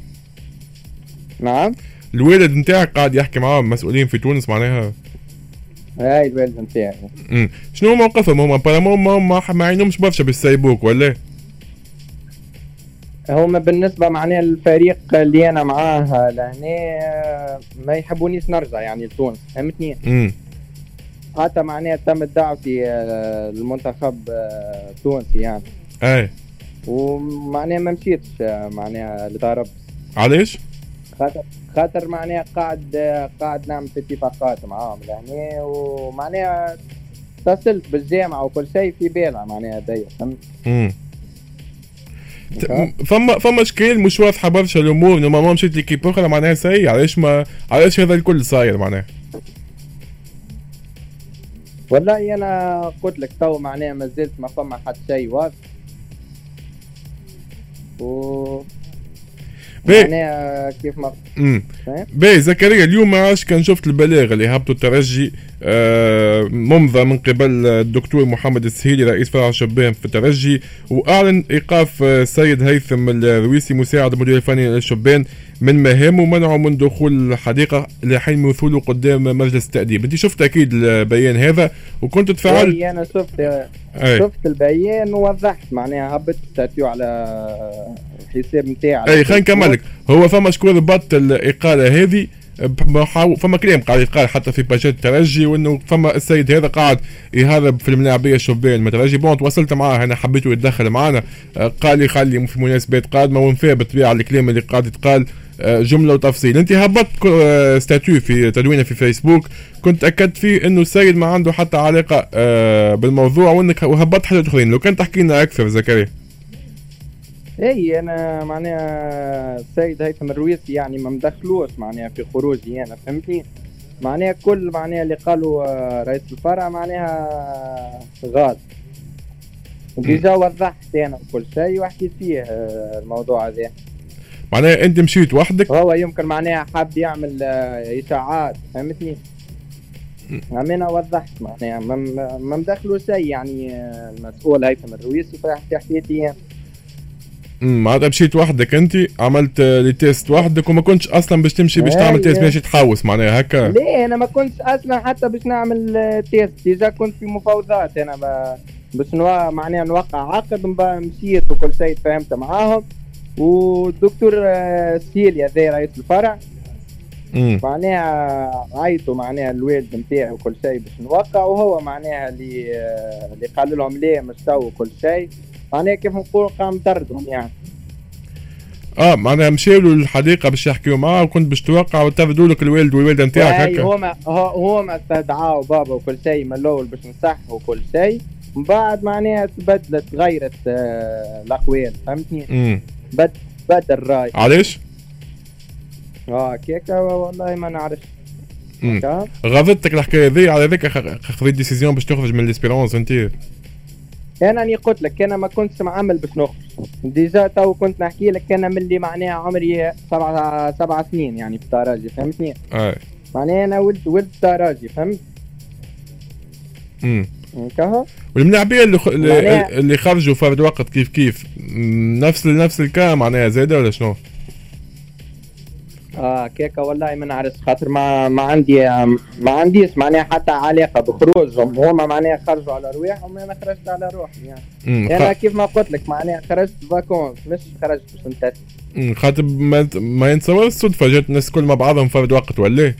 نعم الوالد نتاعك قاعد يحكي معاهم مسؤولين في تونس معناها؟ هاي الوالد نتاعي. امم شنو موقفهم هما؟ بارامون ما ما عينهمش برشا بالسايبوك ولا؟ هما بالنسبه معناها الفريق اللي انا معاه لهنا ما يحبونيش نرجع يعني لتونس فهمتني. امم حتى معناها تم دعوتي آه، للمنتخب آه، التونسي يعني. اي ومعناها ما مشيتش آه، معناها لطرابلس. علاش؟ خاطر خاطر معناها قاعد آه، قاعد نعمل في اتفاقات معاهم لهنا، ومعناها اتصلت بالجامعة وكل شيء في بالها معناها ضيق فهمت. امم فما فما اشكال مش واضحه برشا الامور، نورمالمون مشيت ليكيب اخرى معناها سي، علاش ما علاش هذا الكل صاير معناها؟ والله انا قلت لك تو معناها ما زلت ما فما حد شيء واضح. و معناها كيف ما امم باهي زكريا، اليوم ما عادش كان شفت البلاغ اللي هبطوا الترجي آه ممضى من قبل الدكتور محمد السهيلي رئيس فرع شبان في الترجي، واعلن ايقاف السيد هيثم الرويسي مساعد المدير الفني للشبان من مهامه ومنعه من دخول الحديقه لحين وصوله قدام مجلس التأديب. انت شفت اكيد البيان هذا وكنت تفاعلت؟ اي انا شفت أي. شفت البيان ووضحت معناها هبط ستاتيو على الحساب نتاعي. اي خلينا نكملك. هو فما شكون بط الاقاله هذه، فما كلام قاعد يتقال حتى في باجات الترجي وانه فما السيد هذا قاعد يهرب في الملاعبيه الشبان من الترجي. بون تواصلت معاه انا حبيته يتدخل معنا، قال لي خلي في مناسبات قادمه ونفاه بالطبيعه الكلام اللي قاعد يتقال جمله وتفصيل. انت هبطت ستاتيو في تدوينه في فيسبوك كنت اكدت فيه انه السيد ما عنده حتى علاقه بالموضوع وانك وهبطت حاجات اخرين. لو كان تحكي لنا اكثر زكريا. اي انا معناها السيد هيثم الرويسي يعني ما مدخلوش معناها في خروجي انا فهمتني. معناها كل معناها اللي قالوا رئيس الفرع معناها غلط. ديجا وضحت انا كل شيء وحكيت فيه الموضوع هذا. معناها انت مشيت وحدك؟ هو يمكن معناها حاب يعمل اشاعات فهمتني. انا وضحت معناها ما مدخلوا شيء يعني المسؤول هيثم الرويسي في حكيتي. امم معناتها مشيت وحدك انت، عملت لي تيست وحدك وما كنتش اصلا باش تمشي باش تعمل تيست باش تحوس معناها هكا؟ ليه انا ما كنتش اصلا حتى باش نعمل تيست، ديجا كنت في مفاوضات انا باش نوا معناها نوقع عقد مشيت وكل شيء تفاهمت معاهم. والدكتور سيليا ذي رئيس الفرع معناها عيطوا معناها الوالد نتاعي وكل شيء باش نوقع، وهو معناها اللي اللي قال لهم ليه مش تو وكل شيء معناها كيف نقول قام طردهم يعني. اه معناها مشاو له للحديقه باش يحكيوا معاه وكنت باش توقع وتردوا لك الوالد والوالده نتاعك هكا. هو ما هو ما استدعاوا بابا وكل شيء من الاول باش نصح وكل شيء، من بعد معناها تبدلت تغيرت آه الاقوال فهمتني. امم بد بدل الراي. علاش؟ اه كيكا والله ما نعرفش. غضتك الحكايه ذي على ذاك خذيت ديسيزيون باش تخرج من ليسبيرونس انت؟ انا اني قلت لك انا ما كنتش معمل باش نخرج ديجا تو كنت نحكي لك انا ملي معناها عمري سبع سبع سنين يعني في التراجي فهمتني. اي معناها انا ولد ولد التراجي فهمت. امم كهو والملاعبيه اللي خ... اللي خرجوا في هذا الوقت كيف كيف نفس نفس الكا معناها زاده ولا شنو؟ اه كيكا والله ما نعرفش خاطر ما ما عندي ما عنديش معناها حتى علاقه بخروجهم. هما معناها خرجوا على رواحهم وانا خرجت على روحي يعني. مم. انا خ... كيف ما قلت لك معناها خرجت فاكونس مش خرجت باش نتسلى. امم خاطر ما, ما ينتصورش صدفه جات الناس كل مع بعضهم في هذا الوقت ولا؟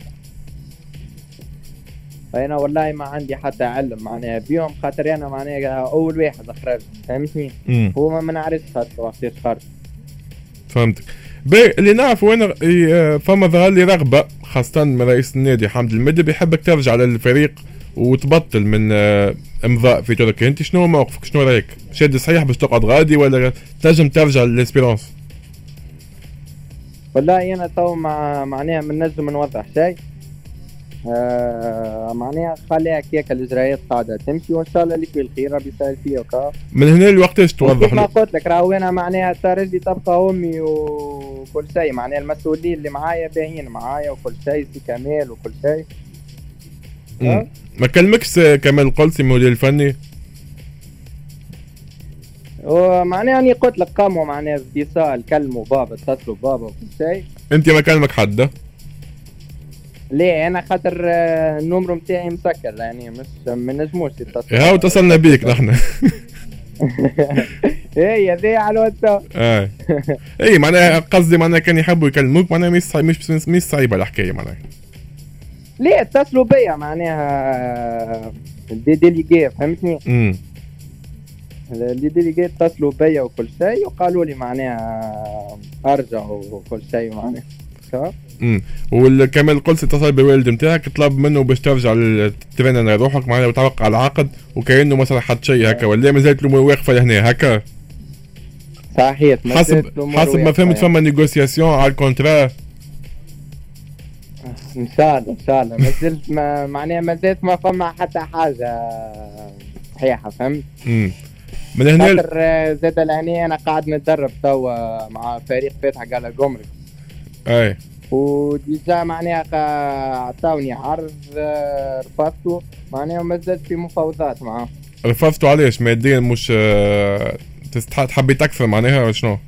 انا والله ما عندي حتى علم معناها بيهم خاطر انا معناها اول واحد خرجت فهمتني. هو ما نعرفش خاطر وقتاش خرج. فهمتك. باهي اللي نعرفه انا فما ظهر لي رغبه خاصه من رئيس النادي حمد المدي بيحبك ترجع للفريق وتبطل من امضاء في تركيا. انت شنو موقفك؟ شنو رايك؟ شاد صحيح باش تقعد غادي ولا تنجم ترجع للاسبيرونس؟ والله انا تو مع معناها من نجم نوضح شيء. آه معناها خليها كيك الاجراءات قاعده تمشي وان شاء الله اللي فيه الخير ربي يسهل فيه وكا. من هنا لوقتاش توضح؟ ما قلت لك راهو انا معناها الترجي تبقى امي وكل شيء معناها المسؤولين اللي معايا باهيين معايا وكل شيء سي كمال وكل شيء. أه؟ ما كلمكش كمال القلسي المدير الفني؟ ومعناها اني قلت لك قاموا معناها اتصال كلموا بابا اتصلوا بابا وكل شيء. انت ما كلمك حد؟ ليه انا خاطر النمر نتاعي مسكر يعني مش ما نجموش يتصل. ها اتصلنا بيك نحن. اي ذي على الواتساب. اه اي معناها قصدي معناها كان يحبوا يكلموك معناها مش مش مش صعيبه الحكايه معناها. ليه اتصلوا بيا معناها دي ديليجي فهمتني. امم اللي ديليجي اتصلوا بيا وكل شيء وقالوا لي معناها ارجع وكل شيء معناها. امم والكمال القدسي اتصل بالوالد نتاعك طلب منه باش ترجع للترين انا روحك معناها وتوقع العقد وكانه ما صار حد شيء هكا ولا مازالت الامور واقفه لهنا هكا؟ صحيح حسب حسب ما فهمت فما نيغوسياسيون على الكونترا ان شاء الله ان شاء الله مازلت ما معناها مازلت ما فما حتى حاجه صحيحه فهمت. امم من هنا خاطر زاد لهنا انا قاعد نتدرب توا مع فريق فاتح قال جمرك اي وديجا معناها عطاوني عرض رفضته معناها مازلت في مفاوضات معاه. رفضته علاش ماديا مش تحبي اكثر معناها ولا شنو؟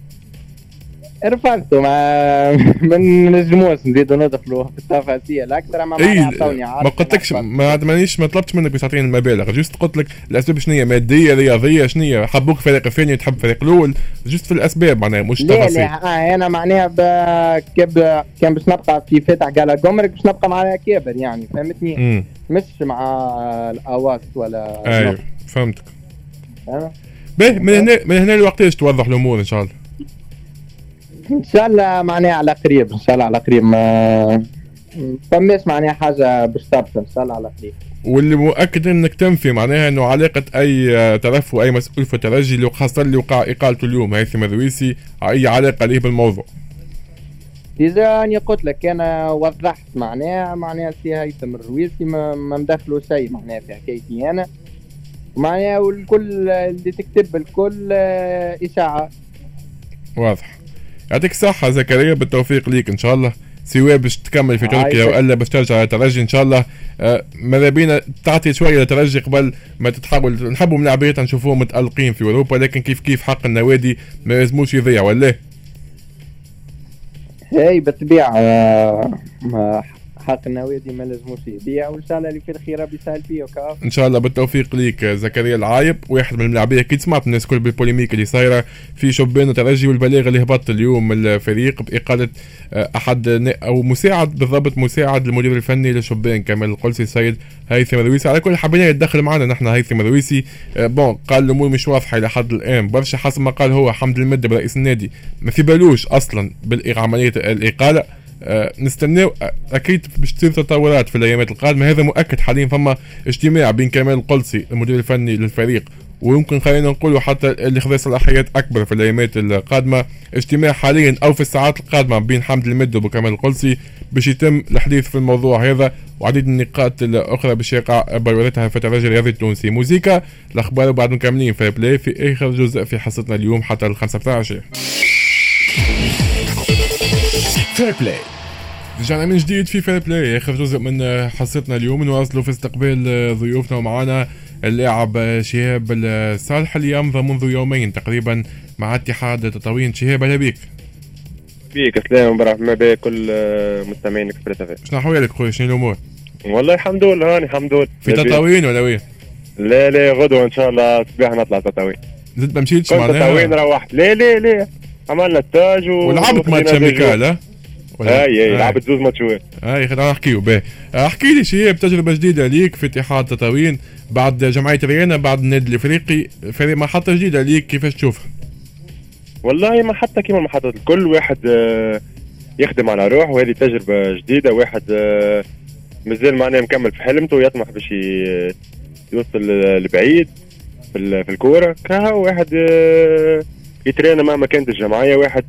رفضته ما من نجموش نزيدو ندخلوا في التفاصيل اكثر ما معناها عطاوني عرض. ما قلتلكش ما مانيش ما طلبتش منك باش تعطيني المبالغ جوست قلت لك الاسباب شنية ماديه رياضيه شنية حبوك فريق الثاني تحب فريق الاول جوست في الاسباب معناها مش تفاصيل. لا لا آه انا معناها كب كان باش نبقى في فتح قال جمرك باش نبقى مع كابر يعني فهمتني. مم. مش مع الاواس ولا ايوه فهمتك. باهي من هنا من هنا لوقتاش توضح الامور ان شاء الله؟ ان شاء الله معناها على قريب ان شاء الله على قريب ما فماش معناها حاجه باش تبطل ان شاء الله على قريب. واللي مؤكد انك تنفي معناها انه علاقه اي طرف واي مسؤول في الترجي اللي خاصه اللي وقع اقالته اليوم هيثم الرويسي اي علاقه ليه بالموضوع؟ اذا اني قلت لك انا وضحت معناها معناها سي هيثم الرويسي ما, ما مدخلوا شيء معناها في حكايتي انا معناها والكل اللي تكتب الكل اشاعه. واضح. يعطيك الصحة زكريا بالتوفيق ليك ان شاء الله سواء باش تكمل في تركيا والا باش ترجع للترجي ان شاء الله. آه ماذا بينا تعطي شوية للترجي قبل ما تتحول نحبوا من العبيات نشوفوهم متألقين في اوروبا لكن كيف كيف حق النوادي ما لازموش يضيع ولا؟ اي بالطبيعة آه حق النوادي ما لازموش يضيع وان شاء الله اللي في الخير ربي يسهل فيه وكاف ان شاء الله بالتوفيق ليك زكريا العايب واحد من الملاعبيه اكيد سمعت الناس كل بالبوليميك اللي صايره في شبان الترجي والبلاغ اللي هبط اليوم الفريق باقاله احد او مساعد بالضبط مساعد المدير الفني لشبان كمال القلسي السيد هيثم الرويسي. على كل حابين يتدخل معنا نحن هيثم الرويسي بون قال الامور مش واضحه الى حد الان برشا حسب ما قال هو حمد المدب رئيس النادي ما في بالوش اصلا بالعمليه الاقاله. أه نستناو اكيد باش تصير تطورات في الايامات القادمه هذا مؤكد. حاليا فما اجتماع بين كمال القلسي المدير الفني للفريق ويمكن خلينا نقولوا حتى اللي خذ صلاحيات اكبر في الايامات القادمه اجتماع حاليا او في الساعات القادمه بين حمد المدب وكمال القلسي باش يتم الحديث في الموضوع هذا وعديد النقاط الاخرى باش يقع بلورتها في الترجي الرياضي التونسي. موسيقى الاخبار وبعد مكملين في بلاي في اخر جزء في حصتنا اليوم حتى الخمسة بتاع العشيه. فير بلاي رجعنا من جديد في فير بلاي اخر جزء من حصتنا اليوم نواصلوا في استقبال ضيوفنا ومعانا اللاعب شهاب الصالح اللي يمضى منذ يومين تقريبا مع اتحاد تطاوين. شهاب اهلا بك. بيك سلام وبرحمة بك كل مستمعين اكسبريس اف ام. شنو احوالك خويا شنو الامور؟ والله الحمد لله هاني الحمد لله. في تطاوين ولا وين؟ لا لا غدوه ان شاء الله صباح نطلع تطاوين. زدت ما مشيتش معناها؟ تطاوين روحت لا لا لا عملنا التاج و ولعبت ماتش اميكال ها؟ اي اي لعبت زوز ماتشات. اي خلينا نحكيو باهي. احكي لي شهاب تجربه جديده ليك في اتحاد تطاوين بعد جمعيه ريانا بعد النادي الافريقي فريق محطه جديده ليك كيفاش تشوفها؟ والله محطه كيما المحطات الكل واحد يخدم على روحه وهذه تجربه جديده واحد مازال معناه مكمل في حلمته ويطمح باش يوصل لبعيد في الكوره كها واحد يترينا مهما كانت الجمعيه واحد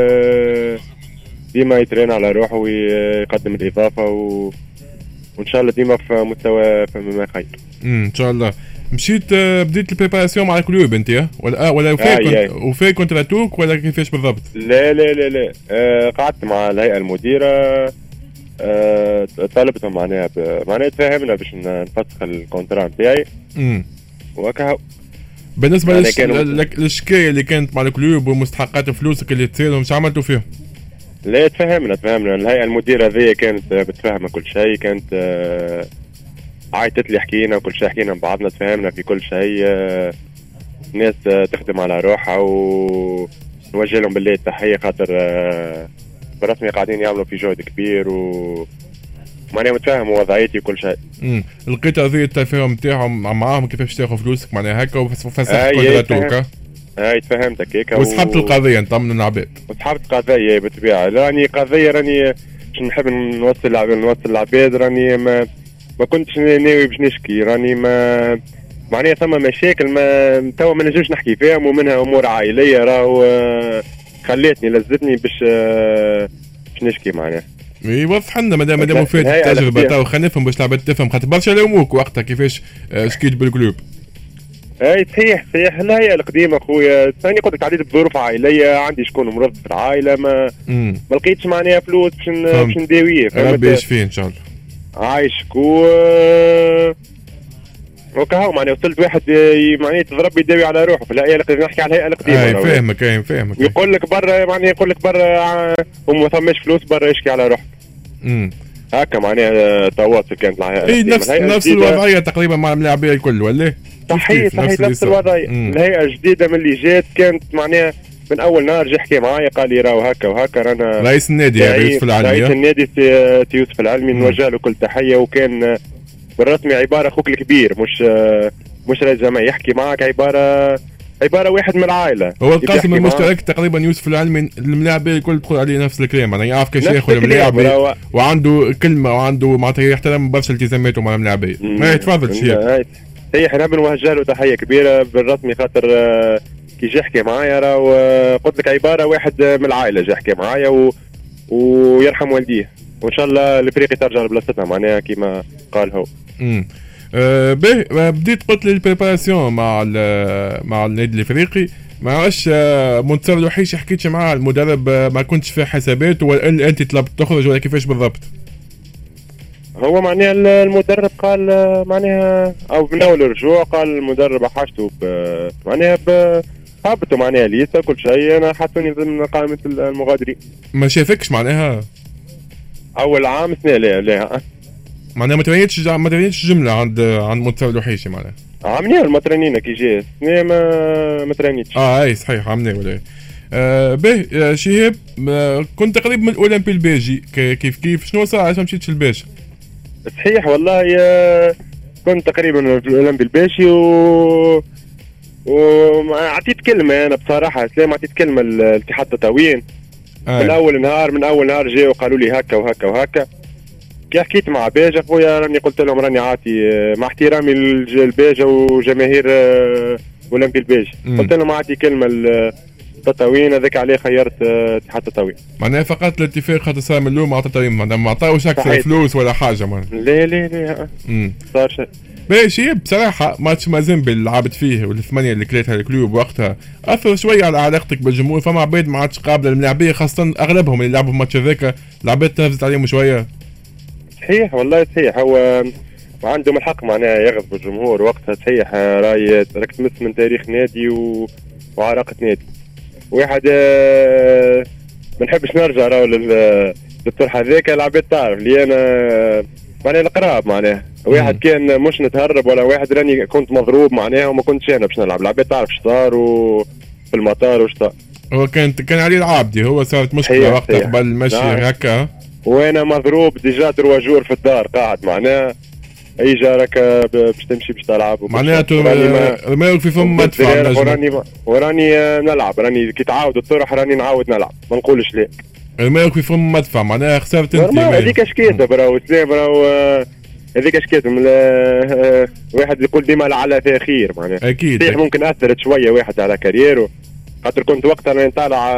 ديما يترين على روحه ويقدم الإضافة و... وإن شاء الله ديما في مستوى فما خير. امم إن شاء الله. مشيت بديت البريباراسيون مع الكلوب أنت اه ولا آه ولا وفاء كنت آه وفاء كنت راتوك ولا كيفاش بالضبط؟ لا لا لا لا آه قعدت مع الهيئة المديرة آه طلبتهم معناها ب... معناها تفاهمنا باش نفسخ الكونترا نتاعي. امم وكها بالنسبة للش... للشكاية اللي كانت مع الكلوب ومستحقات فلوسك اللي تصيرهم شو عملتوا فيهم؟ لا تفهمنا تفهمنا الهيئة المديرة ذي كانت بتفهم كل شيء كانت آه عيطت لي حكينا وكل شيء حكينا بعضنا تفهمنا في كل شيء آه ناس آه تخدم على روحها ونوجه لهم بالله التحية خاطر آه برسمي قاعدين يعملوا في جهد كبير و معناها متفاهم وضعيتي وكل شيء. امم لقيت قضيه التفاهم نتاعهم معاهم كيفاش تاخذ فلوسك معناها هكا وفسخت قدراتك. هاي تفهمتك هيك. وسحبت القضيه انت من العباد. وسحبت قضيه بالطبيعه، راني قضيه راني باش نحب نوصل العباد نوصل العباد راني ما ما كنتش ناوي باش نشكي، راني ما معناها ثم مشاكل ما توا ما نجمش نحكي فيهم، ومنها امور عائليه راهو خليتني لزتني باش باش نشكي معناها. يوضح لنا مادام مادام فات التجربه تو خلينا نفهم باش العباد تفهم، خاطر برشا لوموك وقتها كيفاش شكيت بالكلوب. اي صحيح صحيح الهيئه القديمه خويا ثاني قلت لك عديت بظروف عائليه، عندي شكون مرض في العائله ما مم. ما لقيتش معناها فلوس باش باش نداويه. ربي يشفيه ان شاء الله. عايشك و وكهو معناها وصلت واحد معناها تضرب يداوي على روحه في الهيئه القديمه، نحكي على الهيئه القديمه. اي فاهمك اي فاهمك. يقول لك برا معناها يقول لك برا وما ثماش فلوس برا يشكي على روحك. امم هكا معناها تواصل كانت الهيئه. اي نفس نفس الوضعيه تقريبا مع اللاعبين الكل ولا؟ صحيح صحيح نفس الوضعيه. الهيئه الجديده من اللي جات كانت معناها من اول نهار جا حكى معايا قال لي راهو هكا وهكا. رانا رئيس النادي يوسف العلمي. رئيس النادي سي يوسف العلمي نوجه له كل تحيه، وكان بالرسمي عباره اخوك الكبير مش مش رئيس جماعه يحكي معك، عباره عباره واحد من العائله. هو القاسم المشترك تقريبا يوسف العلمي الملاعبين الكل تدخل عليه نفس الكلام، معناها يعرف كيفاش ياخذ الملاعب وعنده كلمه وعنده معناتها يحترم برشا التزاماته مع الملاعبين. ما تفضل شيخ. هي احنا بنوجه له تحيه كبيره بالرسمي، خاطر كي جا حكى معايا راهو قلت لك عباره واحد من العائله جا حكى معايا و... ويرحم والديه، وان شاء الله الافريقي ترجع لبلاصتها معناها كيما قال هو. امم أه به بديت قلت لي البريباراسيون مع مع النادي الافريقي، ما عرفش منتصر الوحيش حكيتش معاه المدرب ما كنتش في حسابات ولا انت طلبت تخرج ولا كيفاش بالضبط؟ هو معناها المدرب قال معناها او من اول الرجوع قال المدرب حاجته معناها هبطوا معناها ليسا كل شيء، انا حطوني ضمن قائمه المغادرين. ما شافكش معناها اول عام سنه لا لا معناها ما ترينتش ما ترينتش جمله عند عند منتصر الوحيشي معناها. عملنا المترنين كي جاء سنه ما ما ترينتش. اه اي صحيح عملنا ولا آه به آه شهاب آه كنت قريب من الاولمبي الباجي كيف كيف شنو صار عشان مشيتش الباشا؟ صحيح والله كنت تقريبا في الاولمبي الباشي و وعطيت كلمه انا بصراحه سلام عطيت كلمه لاتحاد التطاوين. آه. من اول نهار من اول نهار جاوا قالوا لي هكا وهكا وهكا. كي حكيت مع باجا خويا راني قلت لهم راني عاطي مع احترامي للباجا وجماهير اولمبي الباجي، قلت لهم عاطي كلمه التطاوين هذاك عليه خيرت اتحاد التطاوين. معناها فقط الاتفاق خاطر صار ملوم مع التطاوين معناها ما عطاوش اكثر فلوس ولا حاجه معناها. لا لا لا صار شيء. ماشي بصراحه ماتش مازيمبي اللي لعبت فيه والثمانيه اللي كليتها الكلوب وقتها اثر شويه على علاقتك بالجمهور، فما عباد ما عادش قابله الملاعبيه خاصه اغلبهم اللي لعبوا الماتش هذاك العباد تنفذت عليهم شويه. صحيح والله صحيح هو وعندهم الحق معناها يغضبوا الجمهور وقتها صحيح. راي راك تمس من تاريخ نادي و... وعراقه نادي. واحد ما نحبش نرجع راهو للطرح هذاك، العباد تعرف لي انا معناها القراب معناها واحد كان مش نتهرب ولا واحد راني كنت مضروب معناها وما كنتش انا باش نلعب، العباد تعرف اش صار وفي المطار وش صار. هو كانت كان علي العابدي هو صارت مشكله وقتها قبل المشي هكا وانا مضروب ديجا تروا جور في الدار قاعد معناها اي جارك باش تمشي باش تلعب معناته رماوك في فم مدفع وراني وراني نلعب راني كي تعاود الطرح راني نعاود نلعب ما نقولش لا. رماوك في فم مدفع معناها خسرت انت. هذيك شكيته براو سلام راهو هذيك شكيته من واحد يقول ديما لعل فيها خير معناها. اكيد صحيح ممكن اثرت شويه واحد على كاريره خاطر كنت وقتها راني طالع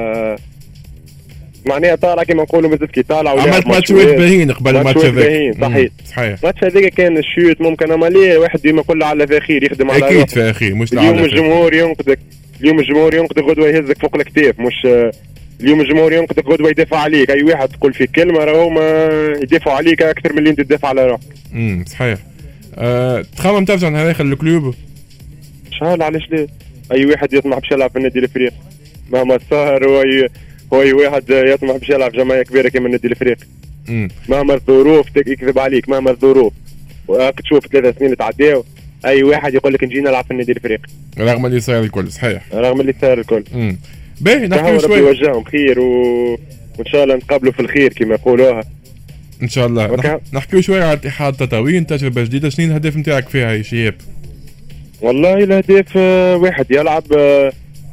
معناها طالع كيما نقولوا مازلت كي طالع عملت ماتشات باهين قبل الماتش هذاك. صحيح صحيح الماتش هذاك كان الشوت ممكن اما ليه واحد ديما يقول على في خير يخدم على اكيد في خير مش اليوم الجمهور ينقدك اليوم الجمهور ينقدك غدوه يهزك فوق الكتاف مش اليوم الجمهور ينقدك غدوه يدافع عليك. اي واحد تقول فيه كلمه راهو ما يدافع عليك اكثر من اللي انت تدافع على روحك. امم صحيح. أه تخمم ترجع نهار اخر الكلوب؟ ان شاء الله علاش لا. اي واحد يطمح باش يلعب في النادي الافريقي مهما صار هو هو اي واحد يطمح باش يلعب جمعيه كبيره كما النادي الافريقي. مهما الظروف يكذب عليك مهما الظروف وراك تشوف ثلاث سنين تعداو اي واحد يقول لك نجي نلعب في النادي الافريقي رغم اللي صاير الكل. صحيح رغم اللي صاير الكل. امم باهي نحكي شويه ربي يوجههم خير و... وان شاء الله نتقابلوا في الخير كما يقولوها ان شاء الله. أوكي. نح... نحكيو شويه على اتحاد تطاوين، تجربه جديده، شنو الهدف نتاعك فيها يا شياب؟ والله الهدف آه، واحد يلعب آه،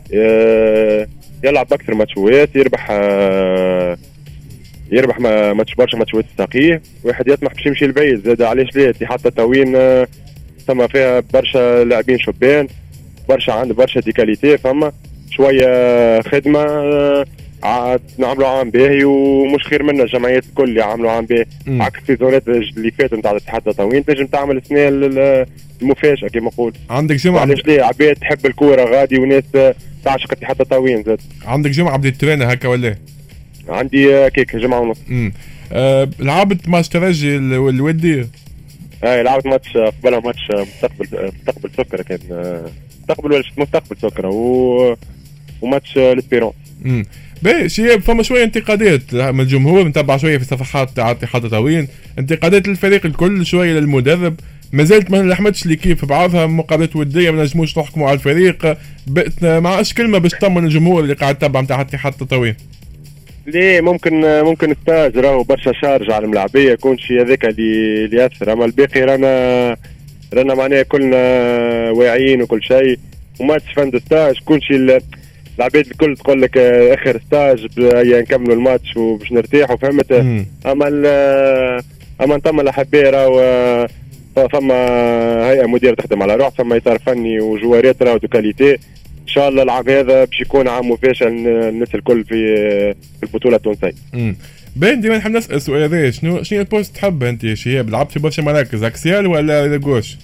آه، يلعب اكثر ماتشات، يربح آه، يربح ما- ماتش برشا ماتشات تستحقيه. واحد يطمح باش يمشي لبعيد زاد. علاش ليه؟ اتحاد تطاوين آه، ثم فيها برشا لاعبين شبان، برشا عنده برشا ديكاليتي، فما شويه خدمه آه، عاد نعملوا عام باهي ومش خير منا الجمعيات الكل اللي عملوا عام باهي. مم. عكس السيزونات اللي فاتت نتاع الاتحاد التطاوين تنجم تعمل السنه ال- المفاجاه كما نقول. عندك جمعه علاش ليه؟ عباد تحب الكوره غادي وناس آه، تعشق اتحاد التطاوين زاد. عندك جمعه بديت ترينا هكا ولا؟ عندي آه، كيك جمعه ونص. امم أه لعبت ماتش ترجي ال- الودي. اي لعبت ماتش آه، قبلها ماتش آه، مستقبل آه، مستقبل سكر كان آه، مستقبل ولا شت- مستقبل سكر و وماتش آه، لسبيرون. امم باهي شياب، فما شويه انتقادات من الجمهور، نتبع شويه في صفحات تاع اتحاد تطاوين، انتقادات للفريق الكل، شويه للمدرب، ما زالت ما لحمتش لي كيف بعضها مقابلات وديه ما نجموش تحكموا على الفريق. بقت ما عادش كلمه باش تطمن الجمهور اللي قاعد يتبع نتاع اتحاد تطاوين. ليه؟ ممكن آه، ممكن ستاج راهو برشا شارج على الملاعبيه يكون شي هذاك اللي اللي ياثر، اما الباقي رانا رانا معناها كلنا واعيين وكل شيء. وماتش فند ستاج كل شيء ال- العباد الكل تقول لك آه، اخر ستاج هيا نكملوا الماتش وباش نرتاحوا، فهمت؟ مم. اما ال- اما نتم الاحباء راهو آه، فما هيئه مديره تخدم على روح، فما اطار فني وجوارات راهو دو كاليتي. ان شاء الله العام هذا باش يكون عام مفاجئ للناس الكل في في البطوله التونسيه. امم باين ديما نحب نسال السؤال هذا، شنو شنو البوست تحبه انت يا شياب؟ لعبت في برشا مراكز، اكسيال ولا جوش؟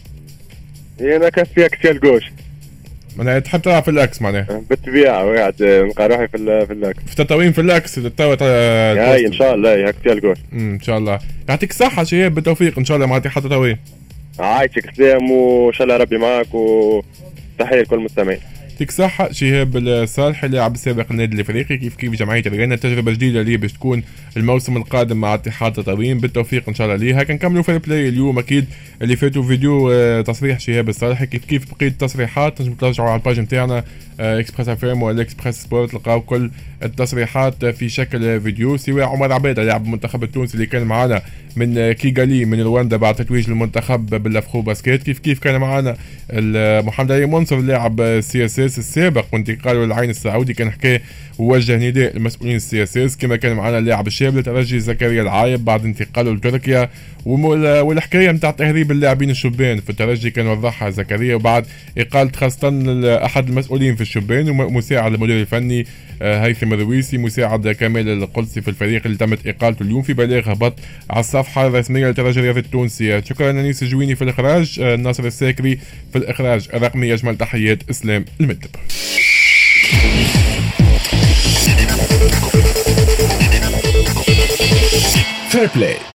انا كان في اكسيال جوش معناها تحب تلعب في الاكس معناها؟ بالطبيعه، قاعد نلقى روحي في ال- في الاكس. في تطاوين في الاكس توا هاي ان شاء الله اكسيال جوش. امم ان شاء الله يعطيك الصحه شياب، بالتوفيق ان شاء الله مع اتحاد تطاوين. عايشك سلام وان شاء الله ربي معك، وتحيه لكل المستمعين. يعطيك صحة شهاب الصالحي، لاعب السابق النادي الافريقي، كيف كيف جمعية الرينا، تجربة جديدة ليه باش تكون الموسم القادم مع اتحاد تطاوين، بالتوفيق ان شاء الله ليه. هكا نكملوا في البلاي اليوم اكيد اللي فاتوا فيديو آه، تصريح شهاب الصالحي، كيف كيف بقية التصريحات تنجم ترجعوا على الباج نتاعنا اكسبريس اف ام ولا اكسبريس سبورت، تلقاو كل التصريحات في شكل فيديو. سواء عمر عبيدة لاعب المنتخب التونسي اللي كان معنا من آه، كيغالي من رواندا بعد تتويج المنتخب بالافخو باسكيت، كيف كيف كان معنا محمد علي منصر لاعب سي اس اس السابق وانتقاله للعين السعودي، كان حكى ووجه نداء لمسؤولين السي اس اس. كما كان معنا اللاعب الشاب لترجي زكريا العايب بعد انتقاله لتركيا، والحكايه نتاع تهريب اللاعبين الشبان في الترجي كان وضحها زكريا، وبعد اقاله خاصه احد المسؤولين في الشبان ومساعد المدير الفني هيثم الرويسي، مساعد كمال القدسي في الفريق اللي تمت اقالته اليوم في بلاغ هبط على الصفحه الرسميه للترجي الرياضي التونسي. شكرا انيس الجويني في الاخراج، ناصر الساكري في الاخراج الرقمي. اجمل تحيات اسلام المدب. فير بلاي.